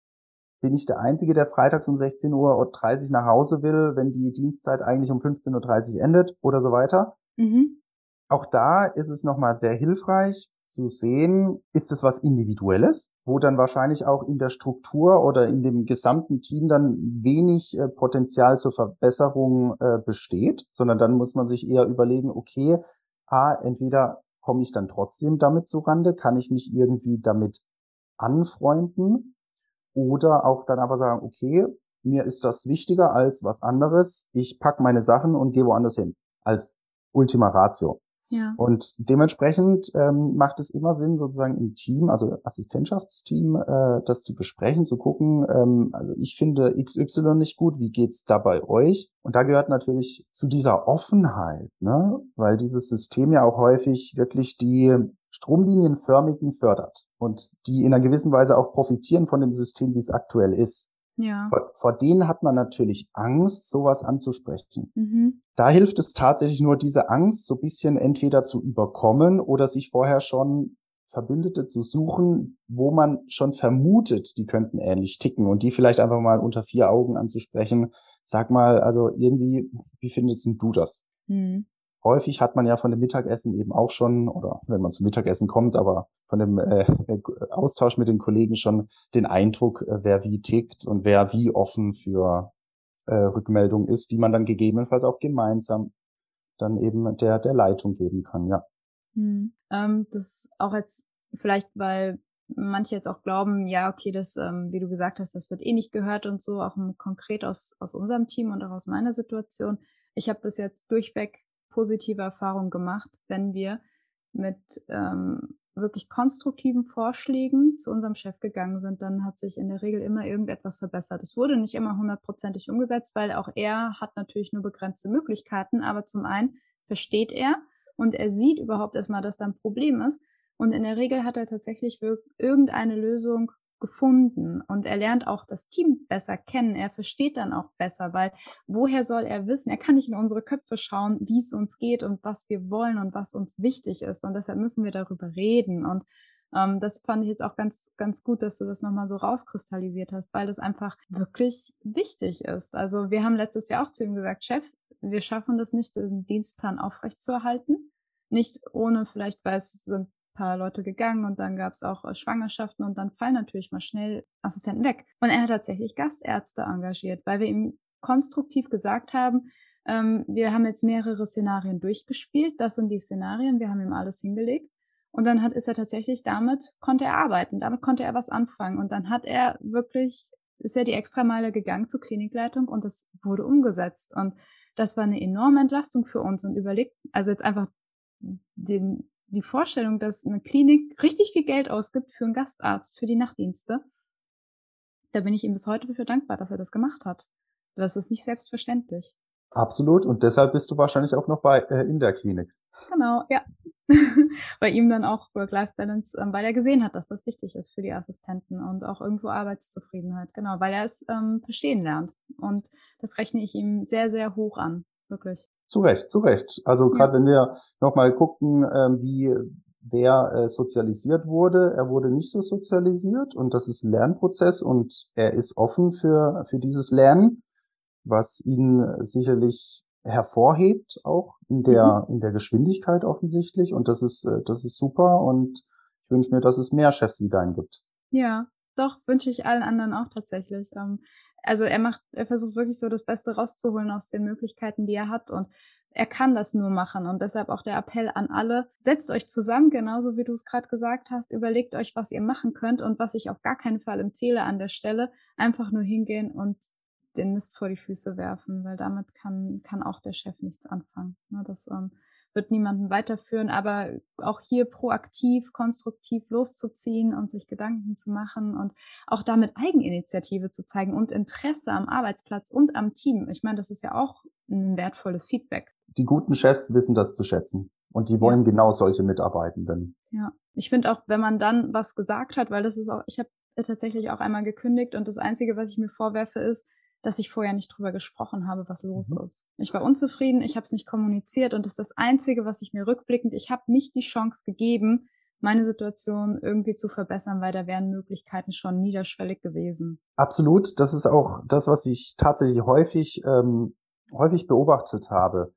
Bin ich der Einzige, der freitags um sechzehn Uhr dreißig nach Hause will, wenn die Dienstzeit eigentlich um fünfzehn Uhr dreißig endet oder so weiter? Mhm. Auch da ist es nochmal sehr hilfreich zu sehen, ist es was Individuelles, wo dann wahrscheinlich auch in der Struktur oder in dem gesamten Team dann wenig äh, Potenzial zur Verbesserung äh, besteht, sondern dann muss man sich eher überlegen, okay, A, entweder komme ich dann trotzdem damit zurande, kann ich mich irgendwie damit anfreunden oder auch dann aber sagen, okay, mir ist das wichtiger als was anderes, ich pack meine Sachen und gehe woanders hin, als Ultima Ratio. Ja. Und dementsprechend ähm, macht es immer Sinn, sozusagen im Team, also Assistentschaftsteam, äh, das zu besprechen, zu gucken, ähm, also ich finde X Y nicht gut, wie geht's da bei euch? Und da gehört natürlich zu dieser Offenheit, ne, weil dieses System ja auch häufig wirklich die stromlinienförmigen fördert und die in einer gewissen Weise auch profitieren von dem System, wie es aktuell ist. Ja. Vor, vor denen hat man natürlich Angst, sowas anzusprechen. Mhm. Da hilft es tatsächlich nur, diese Angst so ein bisschen entweder zu überkommen oder sich vorher schon Verbündete zu suchen, wo man schon vermutet, die könnten ähnlich ticken und die vielleicht einfach mal unter vier Augen anzusprechen. Sag mal, also irgendwie, wie findest du das? Mhm. Häufig hat man ja von dem Mittagessen eben auch schon, oder wenn man zum Mittagessen kommt, aber von dem äh, Austausch mit den Kollegen schon den Eindruck, äh, wer wie tickt und wer wie offen für äh, Rückmeldung ist, die man dann gegebenenfalls auch gemeinsam dann eben der der Leitung geben kann, ja. Hm. Ähm, das auch jetzt vielleicht, weil manche jetzt auch glauben, ja, okay, das, ähm, wie du gesagt hast, das wird eh nicht gehört und so, auch um, konkret aus aus unserem Team und auch aus meiner Situation. Ich habe bis jetzt durchweg positive Erfahrungen gemacht, wenn wir mit ähm, wirklich konstruktiven Vorschlägen zu unserem Chef gegangen sind, dann hat sich in der Regel immer irgendetwas verbessert. Es wurde nicht immer hundertprozentig umgesetzt, weil auch er hat natürlich nur begrenzte Möglichkeiten, aber zum einen versteht er und er sieht überhaupt erstmal, dass da ein Problem ist und in der Regel hat er tatsächlich irgendeine Lösung gefunden und er lernt auch das Team besser kennen. Er versteht dann auch besser, weil woher soll er wissen? Er kann nicht in unsere Köpfe schauen, wie es uns geht und was wir wollen und was uns wichtig ist. Und deshalb müssen wir darüber reden. Und ähm, das fand ich jetzt auch ganz, ganz gut, dass du das nochmal so rauskristallisiert hast, weil das einfach wirklich wichtig ist. Also wir haben letztes Jahr auch zu ihm gesagt, Chef, wir schaffen das nicht, den Dienstplan aufrechtzuerhalten. Nicht ohne vielleicht, weil es sind paar Leute gegangen und dann gab es auch äh, Schwangerschaften und dann fallen natürlich mal schnell Assistenten weg. Und er hat tatsächlich Gastärzte engagiert, weil wir ihm konstruktiv gesagt haben, ähm, wir haben jetzt mehrere Szenarien durchgespielt, das sind die Szenarien, wir haben ihm alles hingelegt und dann hat, ist er tatsächlich damit, konnte er arbeiten, damit konnte er was anfangen und dann hat er wirklich, ist er die Extrameile gegangen zur Klinikleitung und das wurde umgesetzt und das war eine enorme Entlastung für uns und überlegt, also jetzt einfach den die Vorstellung, dass eine Klinik richtig viel Geld ausgibt für einen Gastarzt, für die Nachtdienste, da bin ich ihm bis heute dafür dankbar, dass er das gemacht hat. Das ist nicht selbstverständlich. Absolut. Und deshalb bist du wahrscheinlich auch noch bei äh, in der Klinik. Genau, ja. Bei ihm dann auch Work-Life-Balance, ähm, weil er gesehen hat, dass das wichtig ist für die Assistenten und auch irgendwo Arbeitszufriedenheit. Genau, weil er es ähm, verstehen lernt. Und das rechne ich ihm sehr, sehr hoch an, wirklich. Zu Recht, zu Recht. Also Ja. gerade wenn wir nochmal gucken, ähm, wie wer äh, sozialisiert wurde, er wurde nicht so sozialisiert und das ist ein Lernprozess und er ist offen für für dieses Lernen, was ihn sicherlich hervorhebt, auch in Mhm. der in der Geschwindigkeit offensichtlich und das ist äh, das ist super und ich wünsche mir, dass es mehr Chefs wie deinen gibt. Ja, doch, wünsche ich allen anderen auch tatsächlich. Ähm, also, er macht er versucht wirklich so das Beste rauszuholen aus den Möglichkeiten, die er hat und er kann das nur machen und deshalb auch der Appell an alle: Setzt euch zusammen, genauso wie du es grad gesagt hast, überlegt euch, was ihr machen könnt und was ich auf gar keinen Fall empfehle an der Stelle, einfach nur hingehen und den Mist vor die Füße werfen, weil damit kann kann auch der Chef nichts anfangen, ne? Das, ähm, wird niemanden weiterführen, aber auch hier proaktiv, konstruktiv loszuziehen und sich Gedanken zu machen und auch damit Eigeninitiative zu zeigen und Interesse am Arbeitsplatz und am Team. Ich meine, das ist ja auch ein wertvolles Feedback. Die guten Chefs wissen das zu schätzen und die Ja, wollen genau solche Mitarbeitenden. ja. Ich finde auch, wenn man dann was gesagt hat, weil das ist auch ich habe tatsächlich auch einmal gekündigt und das Einzige, was ich mir vorwerfe, ist, dass ich vorher nicht drüber gesprochen habe, was los Mhm. ist. Ich war unzufrieden, ich habe es nicht kommuniziert und das ist das Einzige, was ich mir rückblickend ich habe nicht die Chance gegeben, meine Situation irgendwie zu verbessern, weil da wären Möglichkeiten schon niederschwellig gewesen. Absolut, das ist auch das, was ich tatsächlich häufig ähm, häufig beobachtet habe.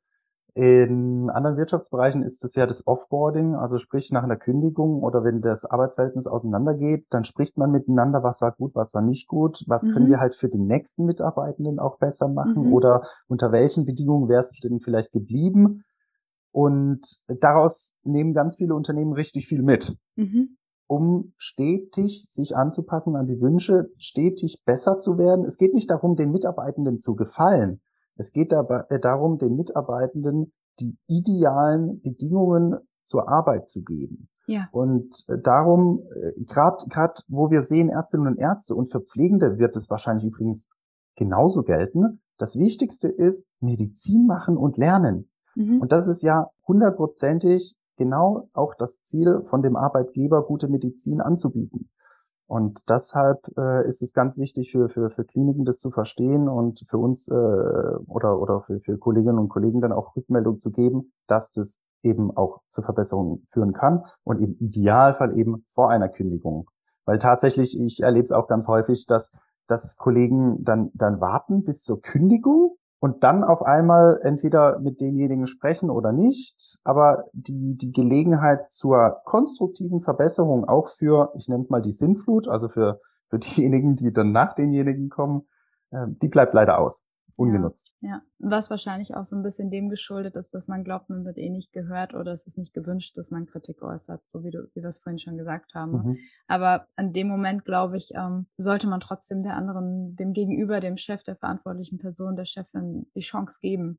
In anderen Wirtschaftsbereichen ist es ja das Offboarding, also sprich nach einer Kündigung oder wenn das Arbeitsverhältnis auseinandergeht, dann spricht man miteinander, was war gut, was war nicht gut, was können wir Mhm, halt für den nächsten Mitarbeitenden auch besser machen mhm, oder unter welchen Bedingungen wärst du denn vielleicht geblieben? Und daraus nehmen ganz viele Unternehmen richtig viel mit, mhm. um stetig sich anzupassen an die Wünsche, stetig besser zu werden. Es geht nicht darum, den Mitarbeitenden zu gefallen. Es geht dabei äh, darum, den Mitarbeitenden die idealen Bedingungen zur Arbeit zu geben. Ja, Und äh, darum, gerade gerade wo wir sehen, Ärztinnen und Ärzte und für Pflegende wird es wahrscheinlich übrigens genauso gelten. Das Wichtigste ist Medizin machen und lernen. mhm. Und das ist ja hundertprozentig genau auch das Ziel von dem Arbeitgeber, gute Medizin anzubieten. Und deshalb äh, ist es ganz wichtig für, für, für Kliniken, das zu verstehen und für uns äh, oder, oder für, für Kolleginnen und Kollegen dann auch Rückmeldung zu geben, dass das eben auch zur Verbesserung führen kann und im Idealfall eben vor einer Kündigung. Weil tatsächlich, ich erlebe es auch ganz häufig, dass, dass Kollegen dann, dann warten bis zur Kündigung und dann auf einmal entweder mit denjenigen sprechen oder nicht, aber die, die Gelegenheit zur konstruktiven Verbesserung auch für, ich nenne es mal die Sinnflut, also für, für diejenigen, die dann nach denjenigen kommen, äh, die bleibt leider aus, Ja, ungenutzt. ja. Was wahrscheinlich auch so 'n bisschen dem geschuldet ist, dass man glaubt, man wird eh nicht gehört oder es ist nicht gewünscht, dass man Kritik äußert, so wie du wie wir's vorhin schon gesagt haben, ne? Mhm. Aber an dem Moment, glaube ich, ähm, sollte man trotzdem der anderen dem Gegenüber, dem Chef, der verantwortlichen Person, der Chefin die Chance geben,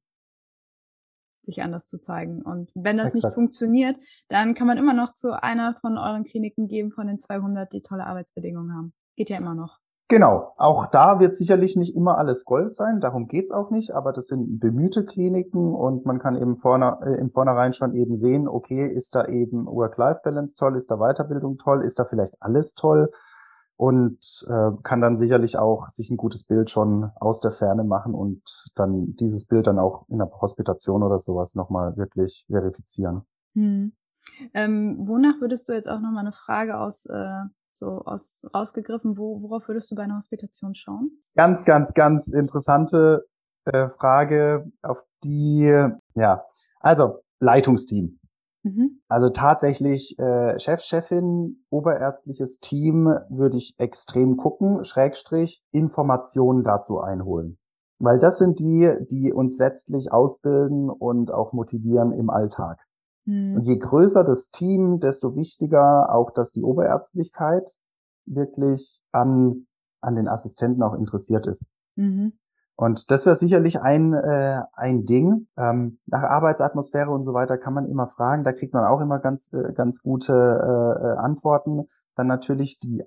sich anders zu zeigen. Und wenn das nicht Exakt. funktioniert, dann kann man immer noch zu einer von euren Kliniken gehen von den zweihundert, die tolle Arbeitsbedingungen haben. Geht ja immer noch. Genau, auch da wird sicherlich nicht immer alles Gold sein, darum geht's auch nicht, aber das sind bemühte Kliniken und man kann eben vorne, äh, im Vornherein schon eben sehen, okay, ist da eben Work-Life-Balance toll, ist da Weiterbildung toll, ist da vielleicht alles toll und äh, kann dann sicherlich auch sich ein gutes Bild schon aus der Ferne machen und dann dieses Bild dann auch in der Hospitation oder sowas nochmal wirklich verifizieren. Mhm. Ähm, wonach würdest du jetzt auch noch mal 'ne Frage aus äh, so aus rausgegriffen, wo worauf würdest du bei 'ner Hospitation schauen? Ganz, ganz, ganz interessante äh, Frage, auf die, ja, also Leitungsteam. Mhm. Also tatsächlich äh, Chef, Chefin, oberärztliches Team würde ich extrem gucken, Schrägstrich, Informationen dazu einholen. Weil das sind die, die uns letztlich ausbilden und auch motivieren im Alltag. Und Mhm. je größer das Team, desto wichtiger auch, dass die Oberärztlichkeit wirklich an, an den Assistenten auch interessiert ist. Mhm. Und das wäre sicherlich ein, äh, ein Ding. Ähm, nach Arbeitsatmosphäre und so weiter kann man immer fragen. Da kriegt man auch immer ganz, äh, ganz gute äh, äh, Antworten. Dann natürlich die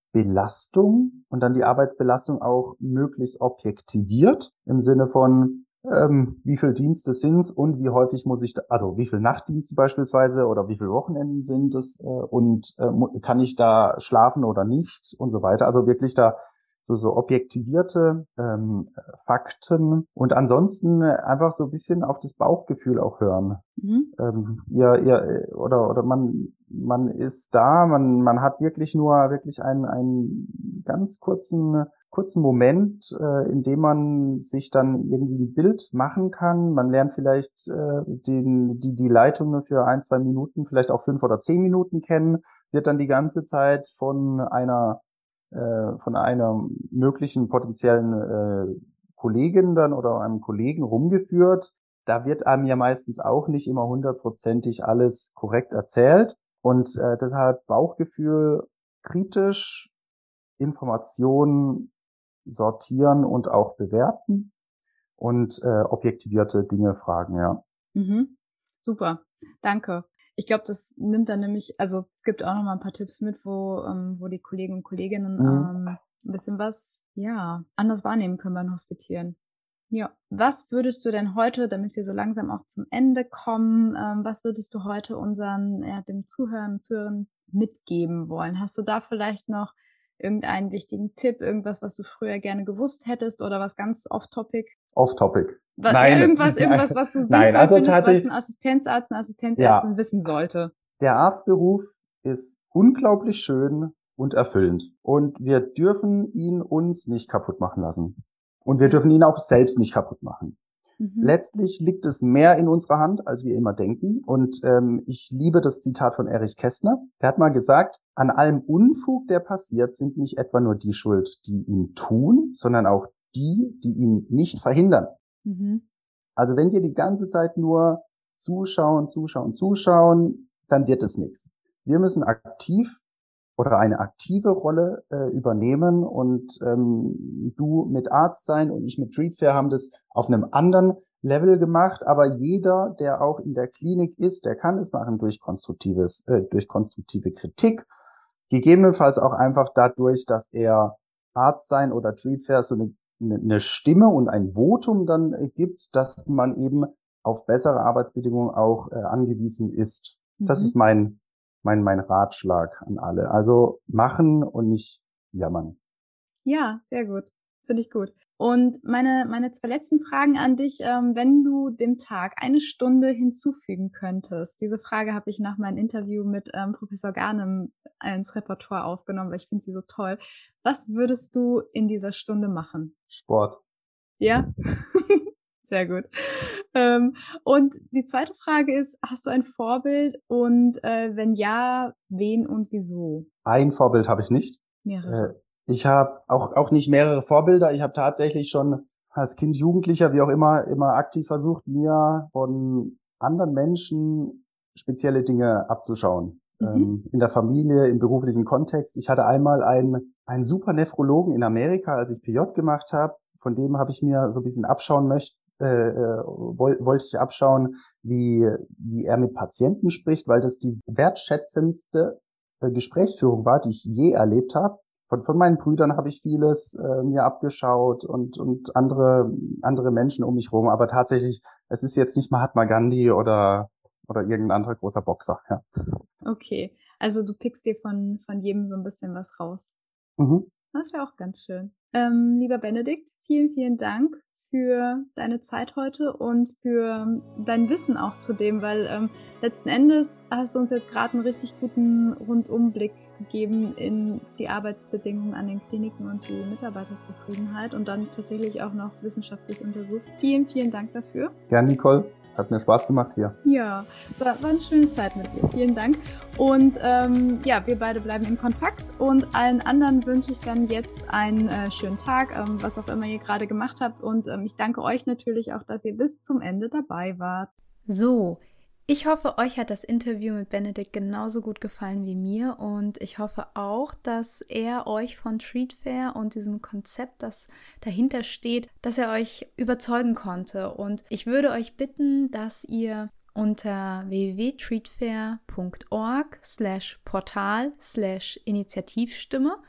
Arbeitsbelastung und dann die Arbeitsbelastung auch möglichst objektiviert im Sinne von, ähm, wie viele Dienste sind's und wie häufig muss ich, da, also wie viele Nachtdienste beispielsweise oder wie viele Wochenenden sind es äh, und äh, kann ich da schlafen oder nicht und so weiter. Also wirklich da so, so objektivierte ähm, Fakten und ansonsten einfach so ein bisschen auf das Bauchgefühl auch hören. Mhm. Ähm, ihr, ihr, oder, oder man, man ist da, man, man hat wirklich nur, wirklich einen, einen ganz kurzen, kurzen Moment, äh, in dem man sich dann irgendwie ein Bild machen kann. Man lernt vielleicht, äh, den, die, die Leitungen für ein, zwei Minuten, vielleicht auch fünf oder zehn Minuten kennen, wird dann die ganze Zeit von einer, von einer möglichen potenziellen äh, Kollegin dann oder einem Kollegen rumgeführt. Da wird einem ja meistens auch nicht immer hundertprozentig alles korrekt erzählt und äh, deshalb Bauchgefühl, kritisch Informationen sortieren und auch bewerten und äh, objektivierte Dinge fragen, ja. Mhm. Super, danke. Ich glaube, das nimmt dann nämlich, also es gibt auch noch mal ein paar Tipps mit, wo ähm, wo die Kollegen und Kolleginnen mhm. ähm, ein bisschen was, ja, anders wahrnehmen können beim Hospitieren. Ja, was würdest du denn heute, damit wir so langsam auch zum Ende kommen, ähm, was würdest du heute unseren, ja, dem Zuhörern und Zuhörern mitgeben wollen? Hast du da vielleicht noch irgendeinen wichtigen Tipp, irgendwas, was du früher gerne gewusst hättest oder was ganz off-topic? Off-topic. Was, Nein. Ja, irgendwas, irgendwas, was du sinnvoll Nein, also findest, tatsächlich, was ein Assistenzarzt, eine Assistenzärztin ja, wissen sollte. Der Arztberuf ist unglaublich schön und erfüllend. Und wir dürfen ihn uns nicht kaputt machen lassen. Und wir dürfen ihn auch selbst nicht kaputt machen. Mhm. Letztlich liegt es mehr in unserer Hand, als wir immer denken. Und ähm, ich liebe das Zitat von Erich Kästner. Der hat mal gesagt, an allem Unfug, der passiert, sind nicht etwa nur die schuld, die ihn tun, sondern auch die, die ihn nicht verhindern. Mhm. Also wenn wir die ganze Zeit nur zuschauen, zuschauen, zuschauen, dann wird es nichts. Wir müssen aktiv oder eine aktive Rolle äh, übernehmen und ähm, du mit Arzt sein und ich mit Treatfair haben das auf einem anderen Level gemacht, aber jeder, der auch in der Klinik ist, der kann es machen durch konstruktives, äh, durch konstruktive Kritik, gegebenenfalls auch einfach dadurch, dass er Arzt sein oder Treatfair so eine, eine Stimme und ein Votum dann äh, gibt, dass man eben auf bessere Arbeitsbedingungen auch äh, angewiesen ist. Mhm. Das ist mein mein mein Ratschlag an alle. Also machen und nicht jammern. Ja, sehr gut. Finde ich gut. Und meine meine zwei letzten Fragen an dich, ähm, wenn du dem Tag eine Stunde hinzufügen könntest. Diese Frage habe ich nach meinem Interview mit ähm, Professor Garnem ins Repertoire aufgenommen, weil ich finde sie so toll. Was würdest du in dieser Stunde machen? Sport. Ja? Sehr gut. Ähm, und die zweite Frage ist, hast du ein Vorbild und äh, wenn ja, wen und wieso? Ein Vorbild habe ich nicht. Mehrere. Äh, ich habe auch auch nicht mehrere Vorbilder. Ich habe tatsächlich schon als Kind, Jugendlicher, wie auch immer, immer aktiv versucht, mir von anderen Menschen spezielle Dinge abzuschauen. Mhm. Ähm, in der Familie, im beruflichen Kontext. Ich hatte einmal einen, einen super Nephrologen in Amerika, als ich P J gemacht habe. Von dem habe ich mir so ein bisschen abschauen möchte. Äh, woll, wollte ich abschauen, wie, wie er mit Patienten spricht, weil das die wertschätzendste äh, Gesprächsführung war, die ich je erlebt habe. Von, von meinen Brüdern habe ich vieles äh, mir abgeschaut und, und andere, andere Menschen um mich rum. Aber tatsächlich, es ist jetzt nicht Mahatma Gandhi oder, oder irgendein anderer großer Boxer. Ja. Okay, also du pickst dir von, von jedem so ein bisschen was raus. Mhm. Das ist ja auch ganz schön. Ähm, lieber Benedikt, vielen, vielen Dank für deine Zeit heute und für dein Wissen auch zu dem, weil ähm, letzten Endes hast du uns jetzt gerade einen richtig guten Rundumblick gegeben in die Arbeitsbedingungen an den Kliniken und die Mitarbeiterzufriedenheit und dann tatsächlich auch noch wissenschaftlich untersucht. Vielen, vielen Dank dafür. Gern, Nicole. Hat mir Spaß gemacht hier. Ja, es war, war eine schöne Zeit mit dir. Vielen Dank. Und ähm, ja, wir beide bleiben in Kontakt und allen anderen wünsche ich dann jetzt einen äh, schönen Tag, ähm, was auch immer ihr gerade gemacht habt. Und ähm, ich danke euch natürlich auch, dass ihr bis zum Ende dabei wart. So, ich hoffe, euch hat das Interview mit Benedikt genauso gut gefallen wie mir und ich hoffe auch, dass er euch von Treatfair und diesem Konzept, das dahinter steht, dass er euch überzeugen konnte. Und ich würde euch bitten, dass ihr unter w w w punkt treatfair punkt org slash portal slash Initiativstimme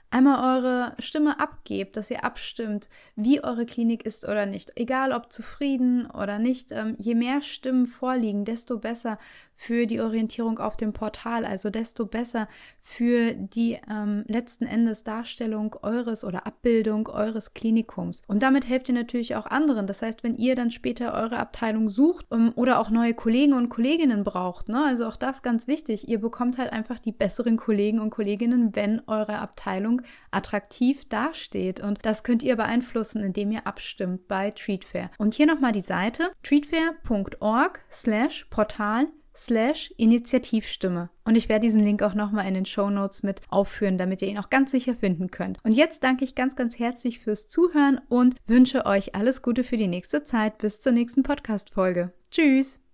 einmal eure Stimme abgebt, dass ihr abstimmt, wie eure Klinik ist oder nicht. Egal ob zufrieden oder nicht, ähm, je mehr Stimmen vorliegen, desto besser für die Orientierung auf dem Portal, also desto besser für die ähm, letzten Endes Darstellung eures oder Abbildung eures Klinikums. Und damit helft ihr natürlich auch anderen. Das heißt, wenn ihr dann später eure Abteilung sucht ähm, oder auch neue Kollegen und Kolleginnen braucht, ne? Also auch das ganz wichtig, ihr bekommt halt einfach die besseren Kollegen und Kolleginnen, wenn eure Abteilung attraktiv dasteht. Und das könnt ihr beeinflussen, indem ihr abstimmt bei Treatfair. Und hier nochmal die Seite treatfair.org slash portal slash Initiativstimme. Und ich werde diesen Link auch nochmal in den Shownotes mit aufführen, damit ihr ihn auch ganz sicher finden könnt. Und jetzt danke ich ganz, ganz herzlich fürs Zuhören und wünsche euch alles Gute für die nächste Zeit. Bis zur nächsten Podcast-Folge. Tschüss!